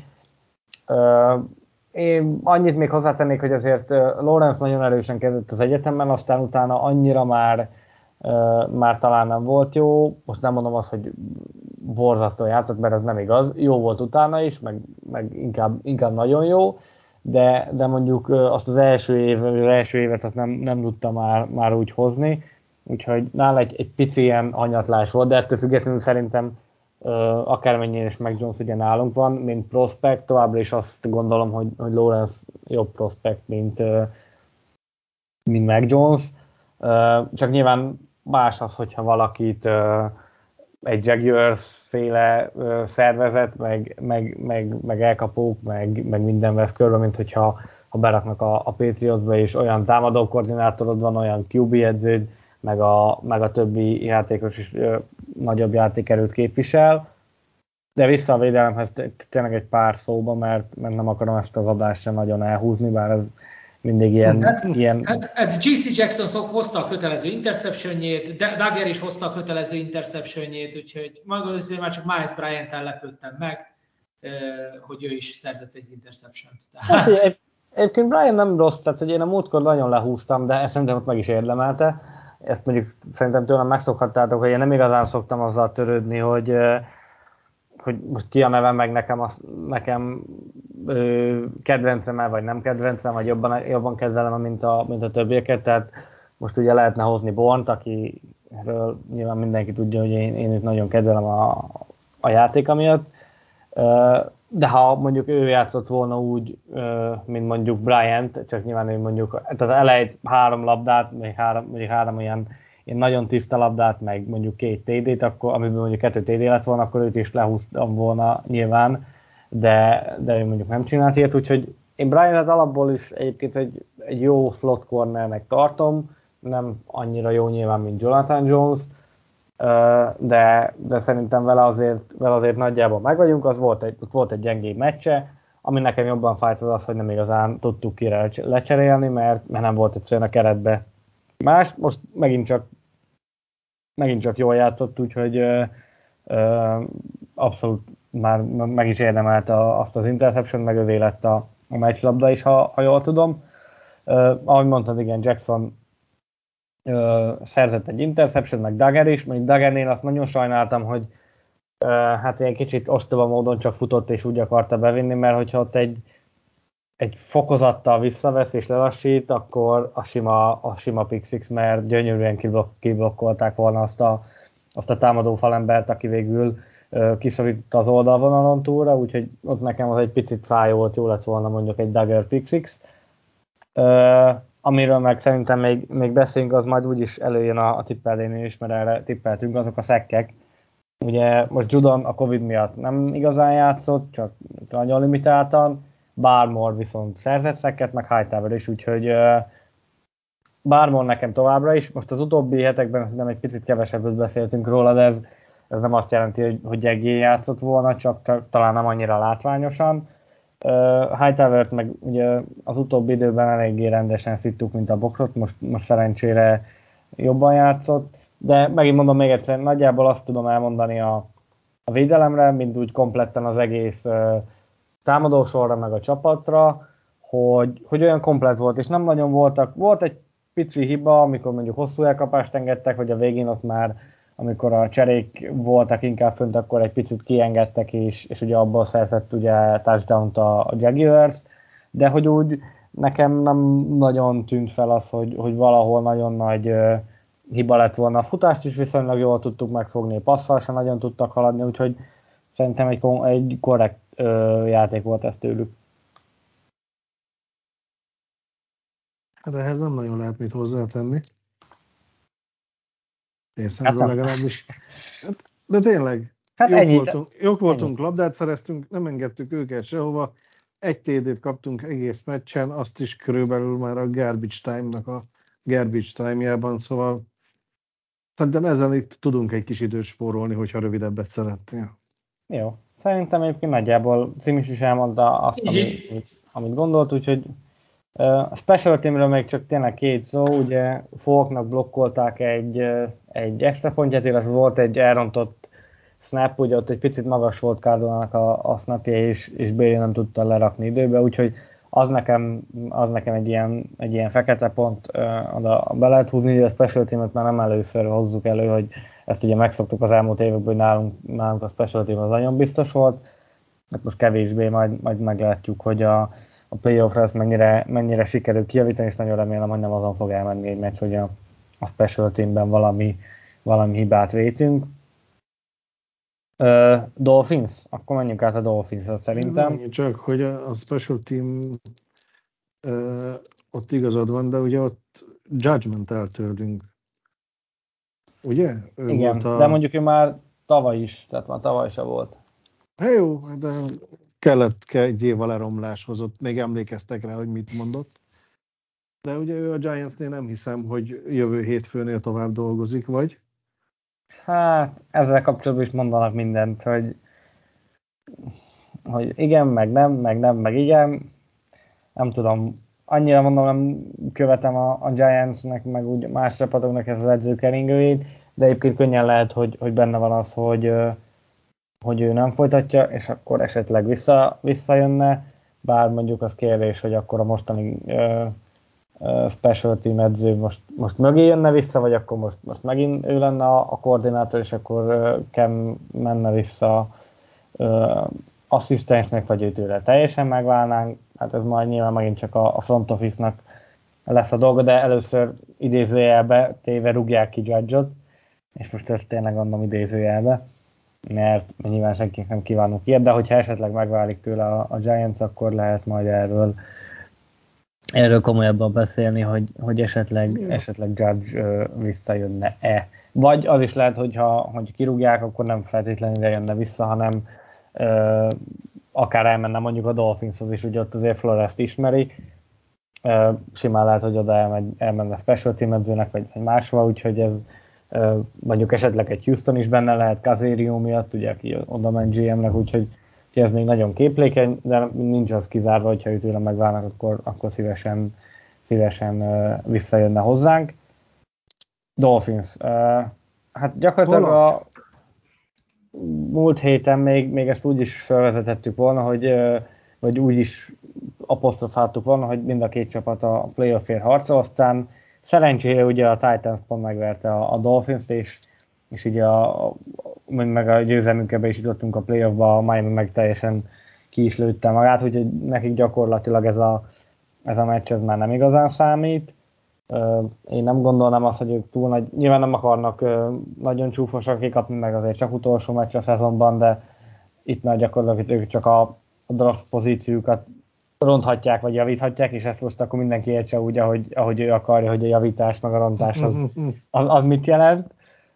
Én annyit még hozzátennék, hogy azért Lawrence nagyon erősen kezdett az egyetemen, aztán utána annyira már, már talán nem volt jó. Most nem mondom azt, hogy borzasztó játszott, mert ez nem igaz. Jó volt utána is, meg, meg inkább, inkább nagyon jó, de, de mondjuk azt az első, év, az első évet azt nem, nem tudta már, már úgy hozni. Úgyhogy nála egy, egy pici ilyen hanyatlás volt, de ettől függetlenül szerintem uh, akármennyire is Mac Jones ugye nálunk van, mint prospect, továbbra is azt gondolom, hogy, hogy Lawrence jobb prospect, mint, uh, mint Mac Jones. Uh, csak nyilván más az, hogyha valakit uh, egy Jaguars féle uh, szervezet, meg, meg, meg, meg elkapók, meg, meg minden vesz körbe, mint hogyha ha beraknak a, a Patriotsba, és olyan támadó koordinátorod van, olyan kú bé edződ, meg a, meg a többi játékos is ö, nagyobb játékerőt képvisel. De vissza a védelemhez tényleg egy pár szóba, mert, mert nem akarom ezt az adást sem nagyon elhúzni, bár ez mindig ilyen... Hát, ilyen... hát, hát gé cé Jackson hozta a kötelező interceptionjét, Duggar is hozta a kötelező interceptionjét, úgyhogy maga azért már csak Miles Bryant-tel lepődtem meg, hogy ő is szerzett egy interception-t. Tehát... Hát, egy, egyébként Brian nem rossz, tehát hogy én a múltkor nagyon lehúztam, de ezt szerintem ott meg is érdemelte. Ezt mondjuk szerintem tőlem megszokhattátok, hogy én nem igazán szoktam azzal törődni, hogy, hogy most ki a nevem, meg nekem, az, nekem ö, kedvencem-e, vagy nem kedvencem, vagy jobban, jobban kezelem, mint a, mint a többieket. Tehát most ugye lehetne hozni Bornt, akiről nyilván mindenki tudja, hogy én, én itt nagyon kezelem a, a játéka miatt. De ha mondjuk ő játszott volna úgy, mint mondjuk Bryant, csak nyilván ő mondjuk az elejét három labdát, még három, mondjuk három olyan ilyen nagyon tiszta labdát, meg mondjuk két té dét, akkor, amiben mondjuk kettő té dé lett volna, akkor őt is lehúztam volna nyilván, de, de ő mondjuk nem csinált ilyet, úgyhogy én Bryantet alapból is egyébként egy, egy jó slot cornernek tartom, nem annyira jó nyilván, mint Jonathan Jones, de, de szerintem vele azért, vele azért nagyjából meg vagyunk, az volt egy, volt egy gyengébb meccse, ami nekem jobban fájt az az, hogy nem igazán tudtuk ki lecserélni, mert, mert nem volt egyszerűen a keretbe más, most megint csak megint csak jól játszott, úgyhogy ö, ö, abszolút már meg is érdemelte azt az interception, meg övé lett a, a meccslabda is, ha, ha jól tudom. Ö, ahogy mondtad, igen, Jackson ö, szerzett egy interception, meg Duggar is, még Duggarnél azt nagyon sajnáltam, hogy ö, hát ilyen kicsit ostoba módon csak futott és úgy akarta bevinni, mert hogyha ott egy egy fokozattal visszavesz és lelassít, akkor a sima, a sima pick six, mert gyönyörűen kiblok, kiblokkolták volna azt a, azt a támadó falembert, aki végül uh, kiszorította az oldalvonalon túlra, úgyhogy ott nekem az egy picit fájó volt, jó lett volna mondjuk egy Duggar pick six, Uh, amiről meg szerintem még, még beszélünk, az majd úgyis előjön a, a tippellénél is, mert erre tippeltünk, azok a szekkek. Ugye most Judon a Covid miatt nem igazán játszott, csak nagyon limitáltan, Barmore viszont szerzett szekket, meg Hightower is, úgyhogy uh, Barmore nekem továbbra is. Most az utóbbi hetekben nem egy picit kevesebbet beszéltünk róla, de ez, ez nem azt jelenti, hogy, hogy gyengén játszott volna, csak t- talán nem annyira látványosan. Uh, Hightowert meg ugye az utóbbi időben eléggé rendesen szittuk, mint a bokrot, most, most szerencsére jobban játszott, de megint mondom még egyszer, nagyjából azt tudom elmondani a, a védelemre, mint úgy kompletten az egész uh, támadósorra meg a csapatra, hogy, hogy olyan komplett volt, és nem nagyon voltak, volt egy pici hiba, amikor mondjuk hosszú elkapást engedtek, hogy a végén ott már, amikor a cserék voltak inkább fönt, akkor egy picit kiengedtek, és, és ugye abból szerzett ugye touchdown-t a, a Jaguars, de hogy úgy nekem nem nagyon tűnt fel az, hogy, hogy valahol nagyon nagy uh, hiba lett volna. A futást is viszonylag jól tudtuk megfogni, passzal sem nagyon tudtak haladni, úgyhogy szerintem egy, egy korrekt uh, játék volt ez tőlük. Hát ehhez nem nagyon lehet mit hozzátenni. Én szemről hát legalábbis. De tényleg, hát jók, voltunk, jók voltunk, labdát szereztünk, nem engedtük őket sehova. Egy té dét kaptunk egész meccsen, azt is körülbelül már a garbage time-nak a garbage time-jában, szóval szerintem ezen itt tudunk egy kis időt spórolni, hogyha rövidebbet szeretnél. Jó. Szerintem egyébként nagyjából Cimis is elmondta azt, amit, amit gondolt, úgyhogy a special teamről még csak tényleg két szó, ugye Falknak blokkolták egy, egy extra pontját, illetve volt egy elrontott snap, ugye ott egy picit magas volt Cardonának a, a snapja, és, és Bailey nem tudta lerakni időbe, úgyhogy az nekem, az nekem egy, ilyen, egy ilyen fekete pont, oda be lehet húzni, hogy a special teamet már nem először hozzuk elő, hogy ezt ugye megszoktuk az elmúlt években, hogy nálunk, nálunk a special team az nagyon biztos volt, hát most kevésbé, majd, majd meglátjuk, hogy a, a playoffra ezt mennyire, mennyire sikerül kijavítani, és nagyon remélem, hogy nem azon fog elmenni egy meccs, hogy a, a special teamben valami, valami hibát vétünk. Uh, Dolphins? Akkor menjünk át a Dolphins-ra szerintem. Csak, hogy a, a special team uh, ott igazad van, de ugye ott judgment eltörlünk. Ugye? Ő igen, volt a... de mondjuk ő már tavaly is, tehát már tavaly se volt. Hát jó, de kellett egy év a leromláshoz, ott még emlékeztek rá, hogy mit mondott. De ugye ő a Giantsnél nem hiszem, hogy jövő hétfőnél tovább dolgozik, vagy? Hát ezzel kapcsolatban is mondanak mindent, hogy, hogy igen, meg nem, meg nem, meg igen. Nem tudom, annyira mondom, nem követem a, a Giantsnek, meg úgy más csapatoknak ez az edzőkeringőjét, de egyébként könnyen lehet, hogy, hogy benne van az, hogy, hogy ő nem folytatja, és akkor esetleg vissza, visszajönne, bár mondjuk az kérdés, hogy akkor a mostani uh, uh, special team edző most, most mögé jönne vissza, vagy akkor most, most megint ő lenne a, a koordinátor, és akkor uh, Cam menne vissza uh, asszisztensnek, vagy őt tőle teljesen megválnánk. Hát ez majd nyilván megint csak a, a front office-nak lesz a dolga, de először idézőjelbe téve rúgják ki Judge-ot, és most ezt tényleg mondom idézőjelbe, mert nyilván senkinek nem kívánunk ilyet, de hogyha esetleg megválik tőle a, a Giants, akkor lehet majd erről erről komolyabban beszélni, hogy, hogy esetleg, yeah. esetleg Judge uh, visszajönne-e. Vagy az is lehet, hogyha, hogy kirúgják, akkor nem feltétlenül jönne vissza, hanem uh, akár elmenne mondjuk a Dolphinshoz is, ugye ott azért Flores-t ismeri. Uh, simán lehet, hogy oda elmegy, elmenne special team edzőnek, vagy, vagy máshova, úgyhogy ez uh, mondjuk esetleg egy Houston is benne lehet, Kazérió miatt, ugye, aki oda ment gé em-nek, úgyhogy ez még nagyon képlékeny, de nincs az kizárva, hogyha ő tőle megválnak, akkor, akkor szívesen, szívesen uh, visszajönne hozzánk. Dolphins. Uh, hát gyakorlatilag a múlt héten még, még ezt úgy is felvezetettük volna, hogy uh, vagy úgy is apostrofáltuk volna, hogy mind a két csapat a playoffért harcol, aztán szerencsére ugye a Titans pont megverte a, a Dolphins-t, és, és ugye a, a, meg a győzelmünkbe is jutottunk a playoffba, a Miami meg teljesen ki is lőtte magát, úgyhogy nekik gyakorlatilag ez a, ez a meccs ez már nem igazán számít. Én nem gondolnám azt, hogy ők túl nagy, nyilván nem akarnak nagyon csúfosan kikapni, meg azért csak utolsó meccs a szezonban, de itt már gyakorlatilag ők csak a, a draft pozíciókat ronthatják, vagy javíthatják, és ezt most akkor mindenki értse úgy, ahogy, ahogy ő akarja, hogy a javítás, meg a rontás az, az, az mit jelent.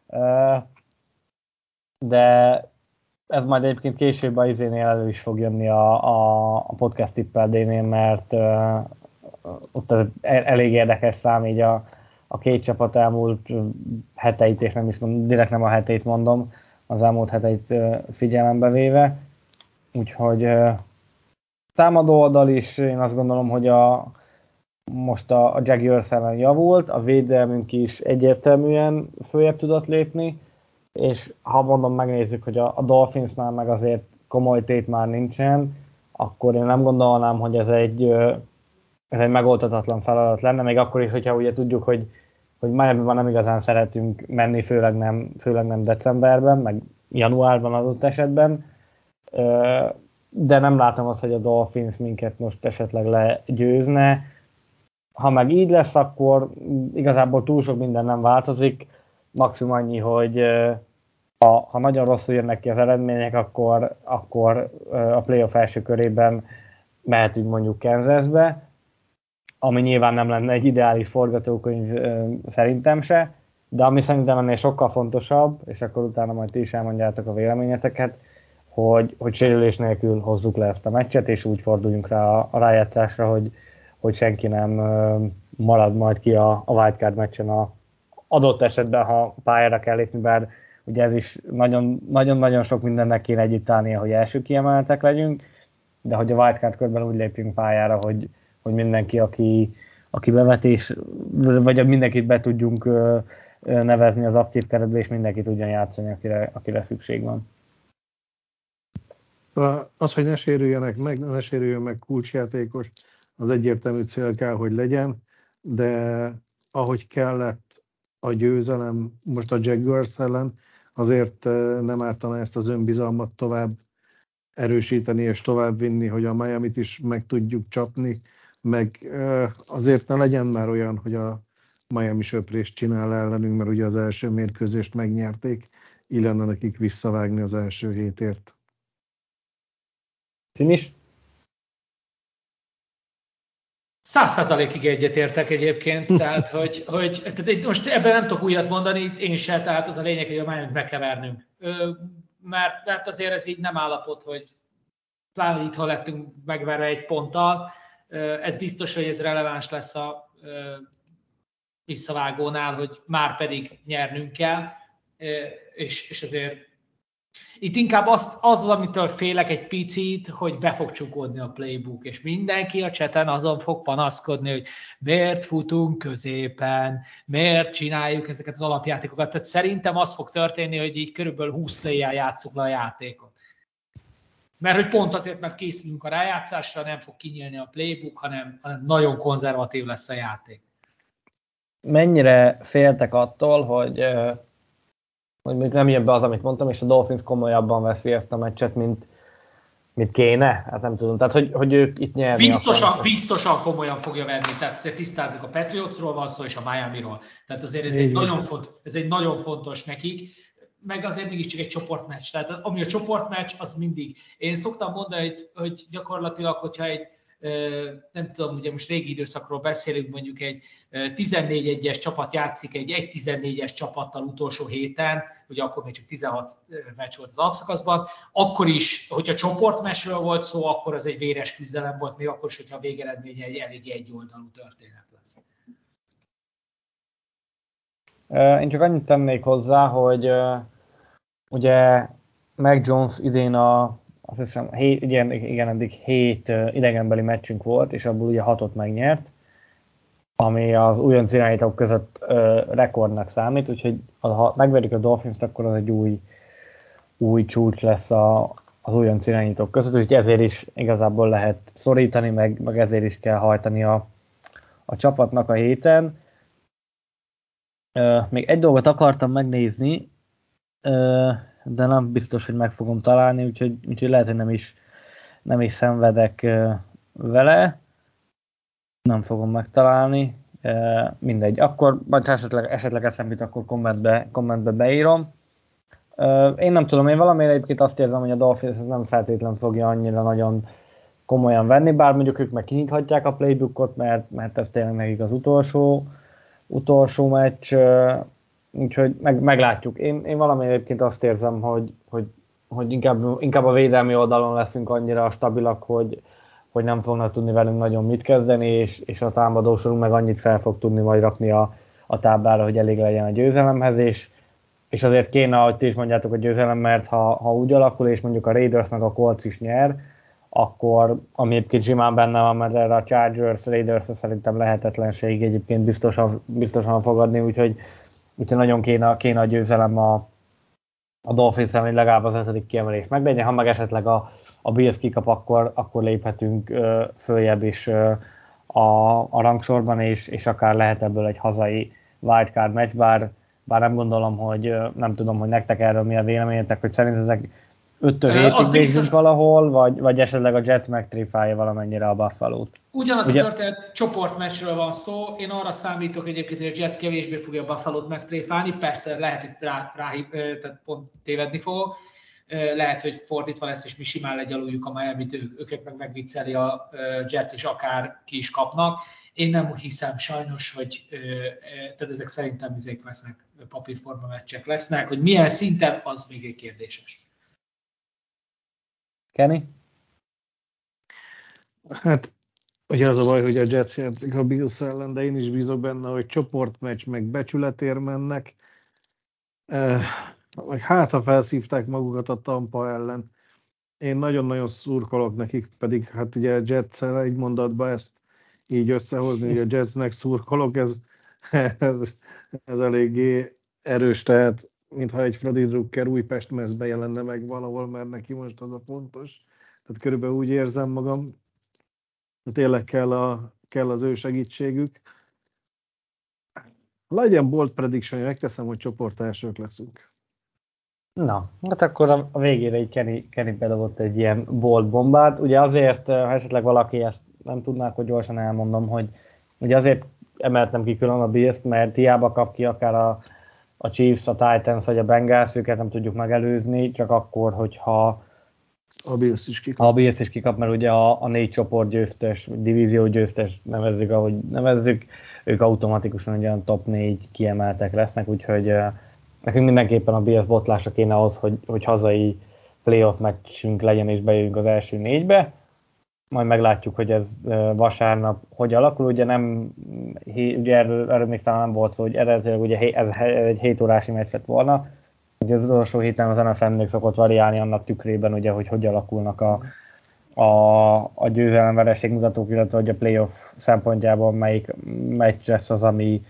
De ez majd egyébként később a izénél elő is fog jönni a, a, a podcast tippeldénél, mert uh, ott az elég érdekes szám, így a, a két csapat elmúlt heteit, és nem is mondom, direkt nem a heteit mondom, az elmúlt heteit uh, figyelembe véve. Úgyhogy uh, támadó oldal is, én azt gondolom, hogy a, most a, a Jaguars ellen javult, a védelmünk is egyértelműen följebb tudott lépni, és ha mondom, megnézzük, hogy a, a Dolphinsnál meg azért komoly tét már nincsen, akkor én nem gondolnám, hogy ez egy, ez egy megoldhatatlan feladat lenne, még akkor is, hogyha ugye tudjuk, hogy, hogy Miamiban nem igazán szeretünk menni, főleg nem, főleg nem decemberben, meg januárban adott esetben, de nem látom azt, hogy a Dolphins minket most esetleg legyőzne. Ha meg így lesz, akkor igazából túl sok minden nem változik, maximum annyi, hogy ha, ha nagyon rosszul jönnek ki az eredmények, akkor, akkor a playoff első körében mehetünk mondjuk Kansasbe, ami nyilván nem lenne egy ideális forgatókönyv szerintem se, de ami szerintem ennél sokkal fontosabb, és akkor utána majd ti is elmondjátok a véleményeteket, hogy, hogy sérülés nélkül hozzuk le ezt a meccset, és úgy forduljunk rá a, a rájátszásra, hogy, hogy senki nem marad majd ki a, a wildcard meccsen a adott esetben, ha pályára kell lépni, bár ugye ez is nagyon-nagyon sok mindennek kéne együtt állnia, hogy első kiemeltek legyünk, de hogy a wildcard körben úgy lépjünk pályára, hogy, hogy mindenki, aki, aki bevetés, vagy mindenkit be tudjunk nevezni az aktív keretbe, és mindenki tudjon játszani, akire, akire szükség van. Az, hogy ne sérüljenek meg, ne sérüljön meg kulcsjátékos, az egyértelmű cél kell, hogy legyen, de ahogy kellett a győzelem most a Jaguars ellen, azért nem ártana ezt az önbizalmat tovább erősíteni és tovább vinni, hogy a Miamit is meg tudjuk csapni, meg azért ne legyen már olyan, hogy a Miami söprést csinál ellenünk, mert ugye az első mérkőzést megnyerték, illene nekik visszavágni az első hétért. Színis? Száz százalékig egyetértek egyébként, tehát hogy, hogy tehát most ebben nem tudok újat mondani, én se, tehát az a lényeg, hogy a Miamit meg kell vernünk. Mert, mert azért ez így nem állapot, hogy pláne itt, ha lettünk megverve egy ponttal, ez biztos, hogy ez releváns lesz a visszavágónál, hogy már pedig nyernünk kell, és, és azért itt inkább az, az, amitől félek egy picit, hogy be fog csukódni a playbook, és mindenki a chaten azon fog panaszkodni, hogy miért futunk középen, miért csináljuk ezeket az alapjátékokat. Tehát szerintem az fog történni, hogy így körülbelül húsz play-jel játsszuk le a játékot. Mert hogy pont azért, mert készülünk a rájátszásra, nem fog kinyílni a playbook, hanem, hanem nagyon konzervatív lesz a játék. Mennyire féltek attól, hogy hogy még nem jön be az, amit mondtam, és a Dolphins komolyabban veszi ezt a meccset, mint, mint kéne? Hát nem tudom. Tehát, hogy, hogy ők itt nyerni biztosan, akarnak. Biztosan komolyan fogja venni. Tehát azért tisztázzuk, a Patriotsról van szó, és a Miamiról. Tehát azért ez egy, nagyon font, ez egy nagyon fontos nekik, meg azért mégiscsak egy csoportmeccs. Tehát ami a csoportmeccs, az mindig. Én szoktam mondani, hogy, hogy gyakorlatilag, hogyha egy nem tudom, ugye most régi időszakról beszélünk, mondjuk egy tizennégy egyes csapat játszik egy egy tizennégyes csapattal utolsó héten, ugye akkor még csak tizenhat meccs volt az alapszakaszban, akkor is, hogyha csoportmeccsről volt szó, akkor az egy véres küzdelem volt, még akkor is, hogyha a végeredménye egy elég egyoldalú történet lesz. Én csak annyit tennék hozzá, hogy ugye Mac Jones idén a azt hiszem, hét, igen, igen, eddig hét uh, idegenbeli meccsünk volt, és abból ugye hatot megnyert, ami az újonc irányítók között uh, rekordnak számít, úgyhogy ha megverjük a Dolphins-t, akkor az egy új, új csúcs lesz a, az újonc irányítók között, úgyhogy ezért is igazából lehet szorítani, meg, meg ezért is kell hajtani a, a csapatnak a héten. Uh, még egy dolgot akartam megnézni, uh, de nem biztos, hogy meg fogom találni, úgyhogy, úgyhogy lehet, hogy nem is, nem is szenvedek uh, vele. Nem fogom megtalálni. Uh, mindegy. Akkor majd esetleg, esetleg eszembe, akkor kommentbe, kommentbe beírom. Uh, én nem tudom, én valamiért egyébként azt érzem, hogy a Dolphins nem feltétlenül fogja annyira nagyon komolyan venni, bár mondjuk ők meg kinyithatják a playbookot, mert, mert ez tényleg nekik az utolsó, utolsó meccs, úgyhogy meg, meglátjuk. Én, én valami egyébként azt érzem, hogy, hogy, hogy inkább, inkább a védelmi oldalon leszünk annyira stabilak, hogy, hogy nem fognak tudni velünk nagyon mit kezdeni, és, és a támadósorunk meg annyit fel fog tudni majd rakni a, a táblára, hogy elég legyen a győzelemhez, és, és azért kéne, hogy ti is mondjátok a győzelem, mert ha, ha úgy alakul, és mondjuk a Raiders meg a Colts is nyer, akkor, ami egyébként simán benne van, mert erre a Chargers, Raiders szerintem lehetetlenség egyébként biztosan, biztosan fogadni, úgyhogy, úgyhogy nagyon kéne, kéne a győzelem a, a Dolphins, hogy legalább az ötödik kiemelés meglegyen, ha meg esetleg a, a Bills kikap, akkor, akkor léphetünk ö, följebb is ö, a, a rangsorban, és, és akár lehet ebből egy hazai wildcard meccs, bár, bár nem gondolom, hogy ö, nem tudom, hogy nektek erről mi a véleményetek, hogy szerintetek öttől hétig végzünk valahol, vagy, vagy esetleg a Jets megtréfálja valamennyire a Buffalo-t. Ugyanaz Ugye... a történet, csoportmeccsről van szó. Én arra számítok egyébként, hogy a Jets kevésbé fogja a Buffalo-t megtréfálni. Persze lehet, hogy rá, rá, tehát pont tévedni fogok. Lehet, hogy fordítva lesz, és mi simán legyaluljuk a Miami-t, őket meg megvicceli a Jets, és akár ki is kapnak. Én nem hiszem sajnos, hogy tehát ezek szerintem ezek lesznek, papírforma meccsek lesznek. Hogy milyen szinten, az még egy kérdéses. Kenny? Hát, ugye az a baj, hogy a Jets játszik a Bills ellen, de én is bízok benne, hogy csoportmeccs meg becsületér mennek. Vagy hát, ha felszívták magukat a Tampa ellen. Én nagyon-nagyon szurkolok nekik, pedig hát ugye a Jets-el egy mondatban ezt így összehozni, hogy a Jetsnek szurkolok, ez, ez, ez eléggé erős, tehát mintha egy Freddy Drucker Újpest mezbe jelenne meg valahol, mert neki most az a fontos. Tehát körülbelül úgy érzem magam, tényleg kell, a, kell az ő segítségük. Legyen bold prediction, megteszem, hogy csoportelsők leszünk. Na, hát akkor a végére így Kenny, Kenny bedobott egy ilyen bold bombát. Ugye azért, ha esetleg valaki ezt nem tudná, akkor gyorsan elmondom, hogy ugye azért emeltem ki külön a Bills-t, mert hiába kap ki akár a, a Chiefs, a Titans vagy a Bengals, őket nem tudjuk megelőzni, csak akkor, hogyha a Bills is kikap. A Bills is kikap, mert ugye a, a négy csoport győztes, divízió győztes nevezzük, ahogy nevezzük, ők automatikusan ugye a top négy kiemeltek lesznek, úgyhogy uh, nekünk mindenképpen a Bills botlásra kéne az, hogy, hogy hazai playoff meccsünk legyen és bejövünk az első négybe. Majd meglátjuk, hogy ez uh, vasárnap hogy alakul. Ugye nem, ugye erről, erről még talán nem volt szó, hogy eredetileg ugye ez egy hét órási meccs lett volna. Ugye az utolsó héten az en ef el még szokott variálni annak tükrében, ugye, hogy hogy alakulnak a, a, a győzelem-vereség mutatók, illetve hogy a playoff szempontjából melyik meccs lesz az, ami,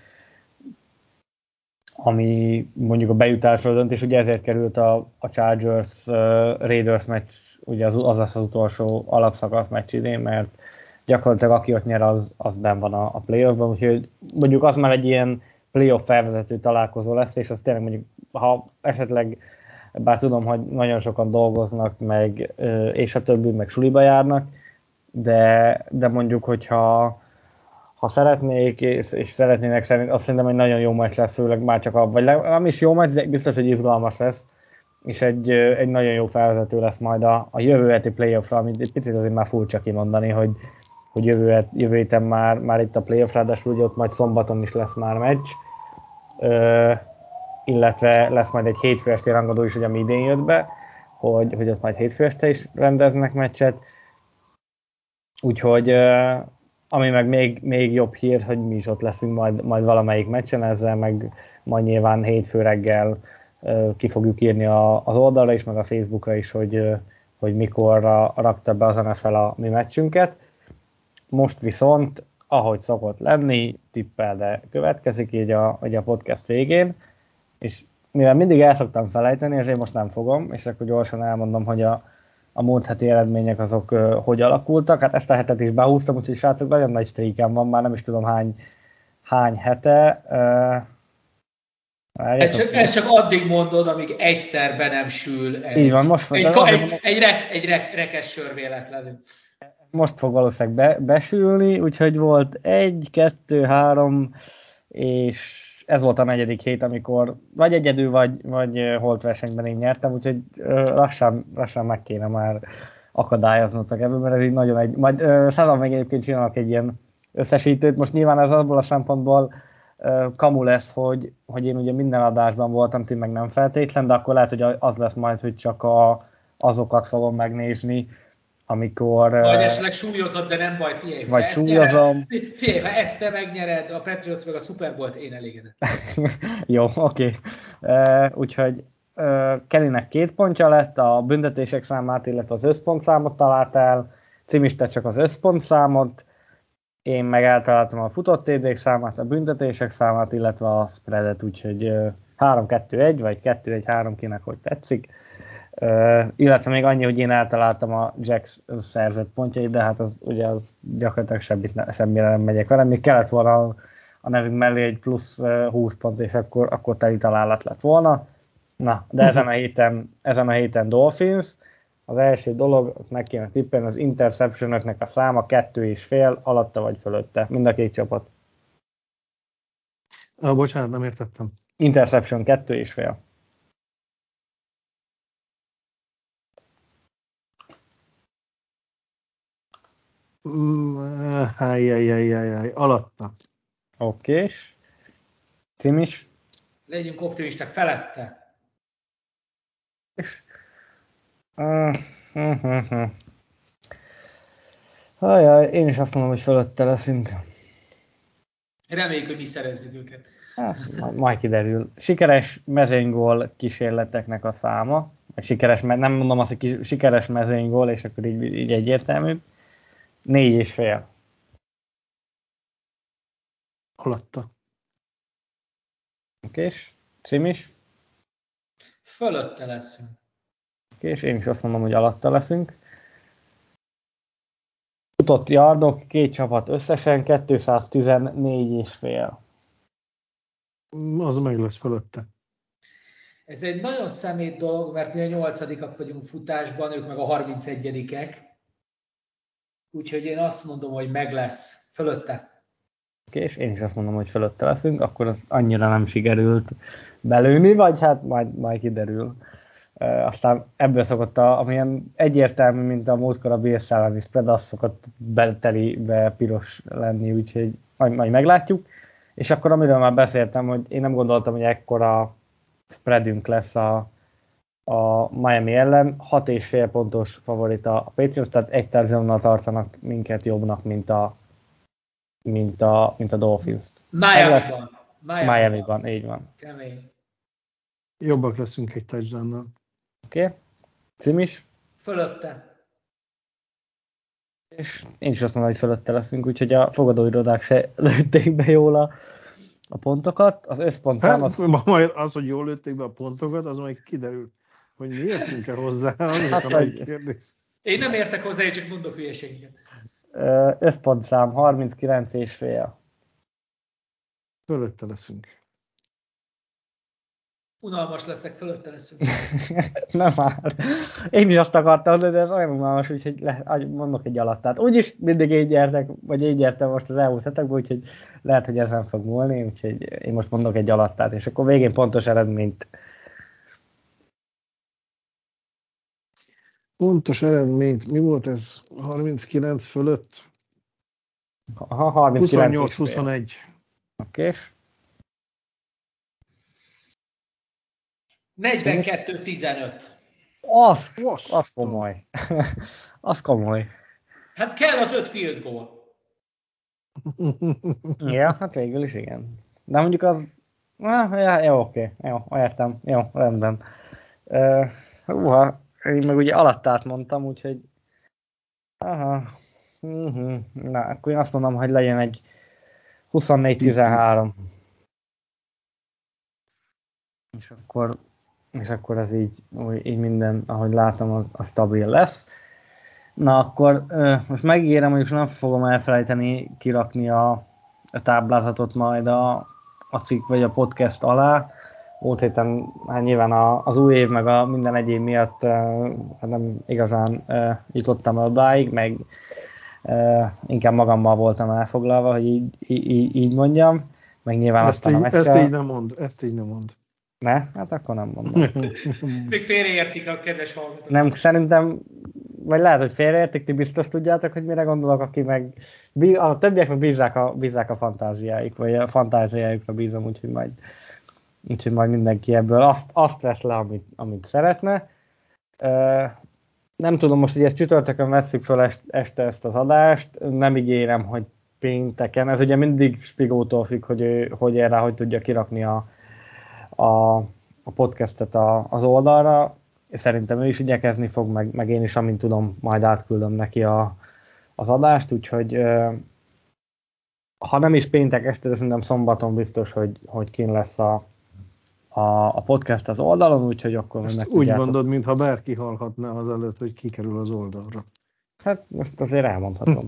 ami mondjuk a bejutásról dönt, és ugye ezért került a, a Chargers uh, Raiders meccs, ugye az, az lesz az utolsó alapszakasz meccs idén, mert gyakorlatilag aki ott nyer, az, az benn van a, a playoffban, úgyhogy mondjuk az már egy ilyen playoff felvezető találkozó lesz, és az tényleg mondjuk, ha esetleg, bár tudom, hogy nagyon sokan dolgoznak, meg, és a többi, meg suliba járnak, de, de mondjuk, hogyha ha szeretnék, és, és szeretnének szerint, azt szerintem egy nagyon jó meccs lesz, főleg már csak a, vagy nem is jó meccs, de biztos, hogy izgalmas lesz, és egy, egy nagyon jó felvezető lesz majd a, a jövő heti playoffra, amit egy picit azért már furcsa kimondani, hogy hogy jövő, jövő héten már, már itt a playoff, ráadásul ugye ott majd szombaton is lesz már meccs, Ö, illetve lesz majd egy hétfő esti rangadó is, ugye, ami idén jött be, hogy, hogy ott majd hétfő este is rendeznek meccset. Úgyhogy ö, ami meg még, még jobb hír, hogy mi is ott leszünk majd, majd valamelyik meccsen, ezzel meg majd nyilván hétfő reggel ö, ki fogjuk írni a, az oldalra is, meg a Facebookra is, hogy, ö, hogy mikorra rakta be az en ef el a mi meccsünket. Most viszont, ahogy szokott lenni, tippel, de következik így a, így a podcast végén, és mivel mindig el szoktam felejteni, ezért most nem fogom, és akkor gyorsan elmondom, hogy a, a múlt heti eredmények azok uh, hogy alakultak. Hát ezt a hetet is behúztam, úgyhogy srácok, nagyon nagy streakem van, már nem is tudom hány, hány hete. Uh, ezt, csak, ezt csak addig mondod, amíg egyszer be nem sül egy, így van, most egy, egy, egy, egy, re, egy re, rekes sör véletlenül. Most fog valószínűleg be, besülni, úgyhogy volt egy, kettő, három, és ez volt a negyedik hét, amikor vagy egyedül, vagy, vagy holt versenyben én nyertem, úgyhogy lassan, lassan meg kéne már akadályoznotak ebben, mert ez így nagyon egy... Majd uh, százal meg egyébként csinálok egy ilyen összesítőt. Most nyilván ez abból a szempontból uh, kamu lesz, hogy, hogy én ugye minden adásban voltam, ti meg nem feltétlen, de akkor lehet, hogy az lesz majd, hogy csak a, azokat fogom megnézni, amikor... Vagy esetleg súlyozod, de nem baj, figyelj. Vagy súlyozom. Nyered, figyelj, ha ezt te megnyered, a Patriots meg a Super Bowl-t, én elégedett. Jó, oké. Okay. Uh, úgyhogy uh, Kellynek két pontja lett, a büntetések számát, illetve az összpontszámot talált el, Cimiste csak az összpontszámot, én meg eltaláltam a futott té dé-k számát, a büntetések számát, illetve a spreadet, úgyhogy uh, három kettő egy, vagy kettő egy három, kinek hogy tetszik. Uh, illetve még annyi, hogy én eltaláltam a Jacks szerzett pontjait, de hát az ugye az gyakorlatilag semmit ne, semmire nem megyek vele. Még kellett volna a, a nevünk mellé egy plusz uh, húsz pont, és akkor, akkor teli találat lett volna. Na, de ezen a héten, ezen a héten Dolphins. Az első dolog, meg kéne tippelni, az interceptionöknek a száma kettő és fél, alatta vagy fölötte. Mind a két csapat. Ah, bocsánat, nem értettem. Interception kettő és fél. Hájjajjajjajjaj, alatta. Okés. Cimis? Legyünk optimisták, felette. Uh, uh, uh, uh. Ajaj, én is azt mondom, hogy fölötte leszünk. Reméljük, hogy mi szerezzük őket. Hát, majd, majd kiderül. Sikeres mezőnygól kísérleteknek a száma. Sikeres, nem mondom azt, hogy sikeres mezőnygól, és akkor így, így egyértelmű. Négy és fél. Alatta. Okés. Cimis? Fölötte leszünk. Okés, én is azt mondom, hogy alatta leszünk. Futott yardok, két csapat összesen, kétszáztizennégy és fél. Az meg lesz fölötte. Ez egy nagyon szemét dolog, mert mi a nyolcadikak vagyunk futásban, ők meg a harmincegyedikek. Úgyhogy én azt mondom, hogy meg lesz. Fölötte. Okés, én is azt mondom, hogy fölötte leszünk, akkor az annyira nem sikerült belőni, vagy hát majd, majd kiderül. Uh, aztán ebből szokott, a, amilyen egyértelmű, mint a múltkor a Bills elleni spread, az szokott beteli, be piros lenni, úgyhogy majd, majd meglátjuk. És akkor amiről már beszéltem, hogy én nem gondoltam, hogy ekkora spreadünk lesz a, a Miami ellen, hat és fél pontos favorita a Patriots, tehát egy touchdownnal tartanak minket jobbnak, mint a, mint a, mint a Dolphins-t. Miami-ban. Miami-ban, Miami-ban, így van. Kemény. Jobbak leszünk egy touchdownnal. Oké. Okay. Cimis? Fölötte. És én is azt mondom, hogy fölötte leszünk, úgyhogy a fogadóirodák se lőtték be jól a, a pontokat. Az összpontszám hát, az... Majd az, hogy jól lőtték be a pontokat, az majd kiderül, hogy mi értünk-e hozzá, az hát, a nagy kérdés. Én nem értek hozzá, én csak mondok hülyeséget. Összpontszám harminckilenc és fél. Fölötte leszünk. Unalmas leszek, fölötte leszünk. Nem már. Én is azt akartam, de ez olyan unalmas, úgyhogy le, mondok egy alattát. Úgyis mindig így nyertek, vagy így nyertem most az elmúlt hetekben, úgyhogy lehet, hogy ezen fog múlni, úgyhogy én most mondok egy alattát, és akkor végén pontos eredményt. Pontos eredményt, mi volt ez? harminckilenc fölött? Aha, harminckilenc huszonnyolc huszonegy. Oké. Okay. negyvenkettő tizenöt. Az, az komoly. Az komoly. Hát kell az öt field goal. Ja, hát végül is igen. De mondjuk az... Ah, ja, jó, oké. Jó, értem. Jó, rendben. Uh, húha, én meg ugye alattát mondtam, úgyhogy... Aha. Uh-huh. Na, akkor én azt mondom, hogy legyen egy huszonnégy tizenhárom. És akkor... és akkor ez így, így minden, ahogy látom, az, az stabil lesz. Na akkor most megígérem, hogy most nem fogom elfelejteni kirakni a, a táblázatot majd a, a cikk vagy a podcast alá. Múlt héten hát nyilván a, az új év meg a minden egyéb miatt hát nem igazán jutottam el odáig, meg inkább magammal voltam elfoglalva, hogy így, így, így mondjam. Meg nyilván ezt, aztán így, a meccsel... ezt így nem mond, ezt így nem mond. Ne? Hát akkor nem mondom. Még félreértik a kedves hallgatók. Nem, szerintem vagy lehet, hogy félreértik, ti biztos tudjátok, hogy mire gondolok, aki meg, a többiek meg bízzák a, bízzák a fantáziáik, vagy a fantáziájukra bízom, úgyhogy majd, úgyhogy majd mindenki ebből azt, azt vesz le, amit, amit szeretne. Nem tudom most, hogy ezt csütörtökön vesszük fel este ezt az adást, nem ígérem, hogy pénteken, ez ugye mindig Spigótól függ, hogy, ő, hogy erre hogy tudja kirakni a, a, a podcastet a, az oldalra, és szerintem ő is igyekezni fog, meg, meg én is, amint tudom, majd átküldöm neki a, az adást, úgyhogy ha nem is péntek este, de szerintem szombaton biztos, hogy, hogy kint lesz a, a, a podcast az oldalon, úgyhogy akkor ezt meg úgy tudjátok. mondod, mintha bárki hallhatná az előtt, hogy kikerül az oldalra. Hát most azért elmondhatom.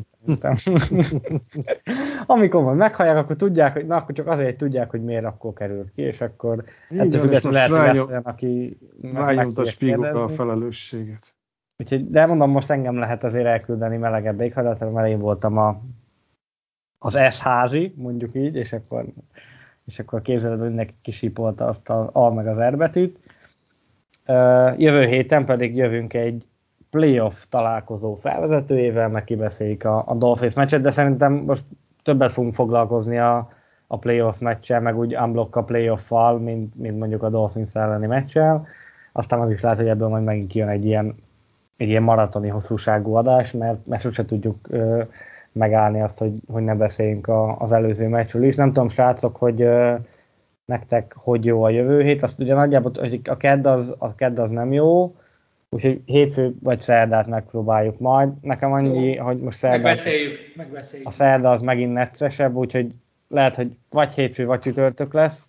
Amikor majd meghallják, akkor tudják, hogy na, akkor csak azért tudják, hogy miért akkor került ki, és akkor ettől függetlenül lehet, hogy lesz olyan, aki rányomta a Spigóra a felelősséget. Úgyhogy, de mondom, most engem lehet azért elküldeni melegebb éghajlatra, mert én voltam a, az S-házi, mondjuk így, és akkor, és akkor képzeled, hogy mindenki kisípolta azt az A meg az R betűt. Jövő héten pedig jövünk egy playoff találkozó felvezetőjével, meg kibeszéljük a, a Dolphins meccset, de szerintem most többet fogunk foglalkozni a, a playoff meccsel, meg úgy unblock a playoff-val, mint, mint mondjuk a Dolphins elleni meccsel. Aztán az is lehet, hogy ebből majd megint kijön egy ilyen, egy ilyen maratoni hosszúságú adás, mert, mert sose tudjuk ö, megállni azt, hogy, hogy ne beszéljünk a, az előző meccsről is. Nem tudom, srácok, hogy ö, nektek hogy jó a jövő hét, azt ugye nagyjából, hogy a kedd az, a kedd az nem jó, úgyhogy hétfő vagy szerdát megpróbáljuk majd. Nekem annyi, jó, hogy most szerdát... Megbeszéljük, megbeszéljük. A szerda az megint neccesebb, úgyhogy lehet, hogy vagy hétfő, vagy csütörtök lesz.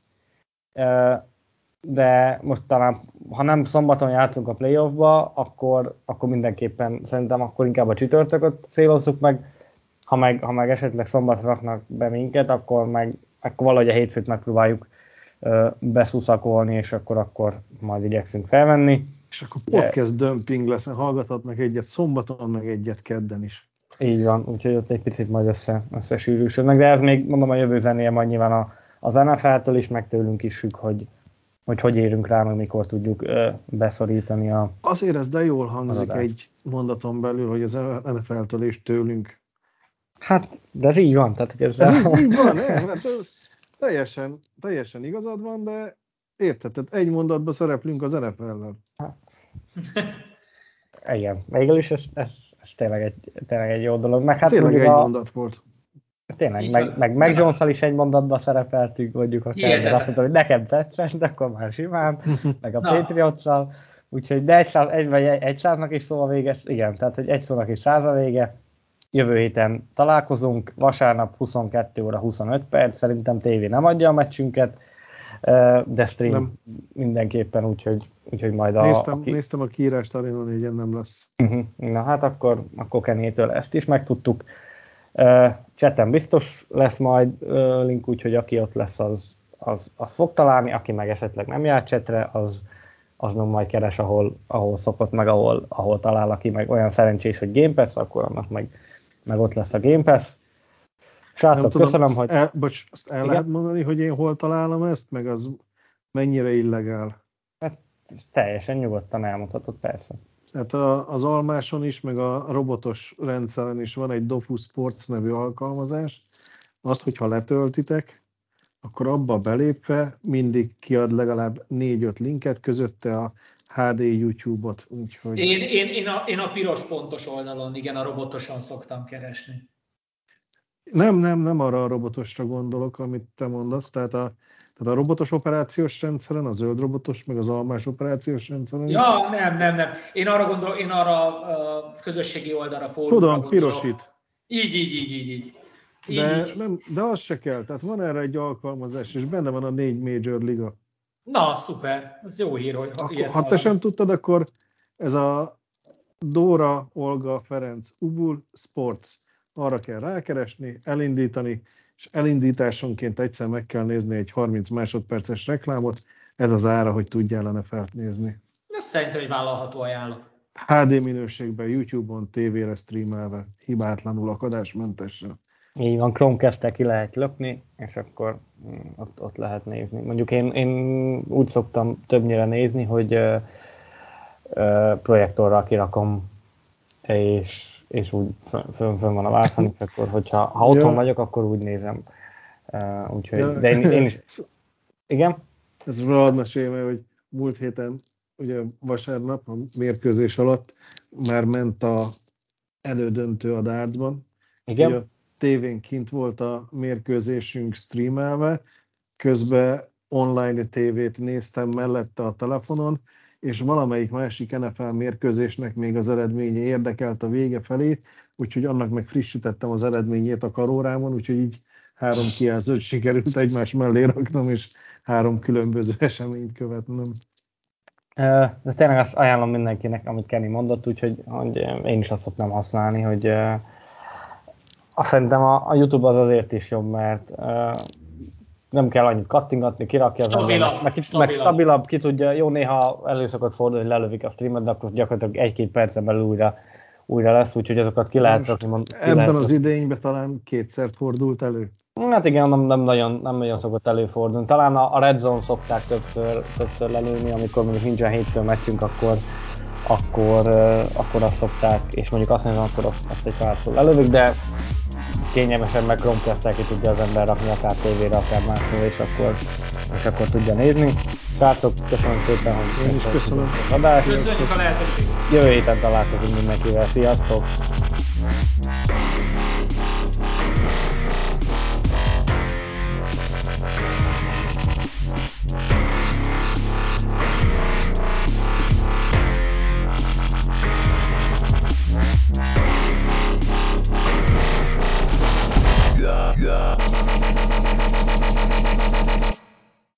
De most talán, ha nem szombaton játszunk a playoffba, akkor, akkor mindenképpen szerintem akkor inkább a csütörtököt célozzuk meg. Ha meg, ha meg esetleg szombaton raknak be minket, akkor meg akkor valahogy a hétfőt megpróbáljuk beszuszakolni, és akkor, akkor majd igyekszünk felvenni. És akkor podcast de... dömping lesz, hallgathatnak egyet szombaton, meg egyet kedden is. Így van, úgyhogy ott egy picit majd össze, összesűrűsödnek, de ez még mondom a jövő zenéje majd nyilván a, az en ef el-től is, meg tőlünk is függ, hogy hogy, hogy érünk rá, meg mikor tudjuk ö, beszorítani a... Azért ez de jól hangzik egy mondaton belül, hogy az en ef el-től és tőlünk. Hát, de ez így van. Tehát, hogy ez ez így, így van, nem? Hát teljesen, teljesen igazad van, de érted, tehát egy mondatban szereplünk az en ef el-lel. Igen, végül is ez, ez, ez tényleg, egy, tényleg egy jó dolog. Meg hát tényleg egy a, mondat volt. Tényleg, meg, meg, meg Jones-szal is egy mondatban szerepeltünk, mondjuk akár, de azt mondtam, hogy nekem tetszett, de akkor már simán, meg a Patriots-szal. Úgyhogy, de egy, száz, egy, vagy egy, egy száznak is szó a vége, igen, tehát hogy egy szónak is száz a vége. Jövő héten találkozunk, vasárnap huszonkettő óra huszonöt perc, szerintem tévé nem adja a meccsünket, de stream nem. Mindenképpen, úgyhogy, úgyhogy majd a... Néztem, aki... néztem a kiírást, Arena négyen nem lesz. Uh-huh. Na hát akkor, akkor Kenyétől ezt is megtudtuk. Chaten biztos lesz majd link, úgyhogy aki ott lesz, az, az, az fog találni, aki meg esetleg nem jár chatre, az, az meg majd keres, ahol, ahol szokott, meg ahol, ahol talál, aki meg olyan szerencsés, hogy Game Pass, akkor annak meg, meg ott lesz a Game Pass. Srácok, tudom, köszönöm, hogy... El, bocs, azt el igen? Lehet mondani, hogy én hol találom ezt, meg az mennyire illegál? Hát, teljesen nyugodtan elmondhatod, persze. Hát a, az Almáson is, meg a robotos rendszeren is van egy Dofu Sports nevű alkalmazás. Azt, hogyha letöltitek, akkor abba belépve mindig kiad legalább négy-öt linket, közötte a há dé YouTube-ot. Úgyhogy... Én, én, én, a, én a piros pontos oldalon, igen, a robotosan szoktam keresni. Nem, nem, nem arra a robotosra gondolok, amit te mondasz. Tehát a, tehát a robotos operációs rendszeren, a zöld robotos, meg az almás operációs rendszeren. Ja, nem, nem, nem. Én arra gondolok, én arra a közösségi oldalra, fórumra Tudom, gondolok. pirosít. Így, így, így, így. így. De, így. Nem, de az se kell. Tehát van erre egy alkalmazás, és benne van a négy Major Liga. Na, szuper. Ez jó hír, hogy akkor, ilyet ha te hallom. sem tudtad, akkor ez a Dóra Olga Ferenc Ubul Sports. Arra kell rákeresni, elindítani, és elindításonként egyszer meg kell nézni egy harminc másodperces reklámot. Ez az ára, hogy tudjál en ef el-t nézni. Ez szerintem egy vállalható ajánló. há dé minőségben, YouTube-on, tévére streamelve, hibátlanul, akadásmentesen. Így van, Chromecast-tel ki lehet lökni, és akkor ott, ott lehet nézni. Mondjuk én, én úgy szoktam többnyire nézni, hogy ö, ö, projektorral kirakom és, és úgy fönn, fönn van a vászon, és akkor, hogyha ha otthon ja. vagyok, akkor úgy nézem. Uh, úgyhogy, ja. De én, én is... Igen? Ez valami mesélme, hogy múlt héten, ugye vasárnap, a mérkőzés alatt már ment a elődöntő a dartsban. Igen? Ugye a tévén kint volt a mérkőzésünk streamelve, közben online tévét néztem mellette a telefonon, és valamelyik másik en ef el mérkőzésnek még az eredménye érdekelt a vége felé, úgyhogy annak meg frissítettem az eredményét a karórámon, úgyhogy így három kijelzőt sikerült egymás mellé raknom, és három különböző eseményt követnem. De tényleg azt ajánlom mindenkinek, amit Kenny mondott, úgyhogy hogy én is azt szoktam használni, hogy azt szerintem a, a YouTube az azért is jobb, mert nem kell annyit kattingatni, kirakja az stabilabb, ember, meg, meg, stabilabb. meg stabilabb, ki tudja, jó, néha elő szokott fordulni, hogy lelövik a streamet, de akkor gyakorlatilag egy-két percen belül újra, újra lesz, úgyhogy azokat ki lehet rakni. Mond, ki ebben lehet az idényben talán kétszer fordult elő. Hát igen, nem, nem, nagyon, nem nagyon szokott előfordulni. Talán a, a Red Zone szokták többször, többször lelőni, amikor mondjuk nincsen hétfő meccsünk, akkor, akkor, akkor azt szokták, és mondjuk azt mondom, akkor azt, azt egy párszor lelövik, de kényelmesen meg Chromecast-tel ki tudja az ember rakni, akár tévére, akár máshol, és akkor, és akkor tudja nézni. Srácok, köszönöm szépen, hogy én is köszönöm az adást. Köszönjük a lehetőséget. Jövő héten találkozunk mindenkivel, sziasztok!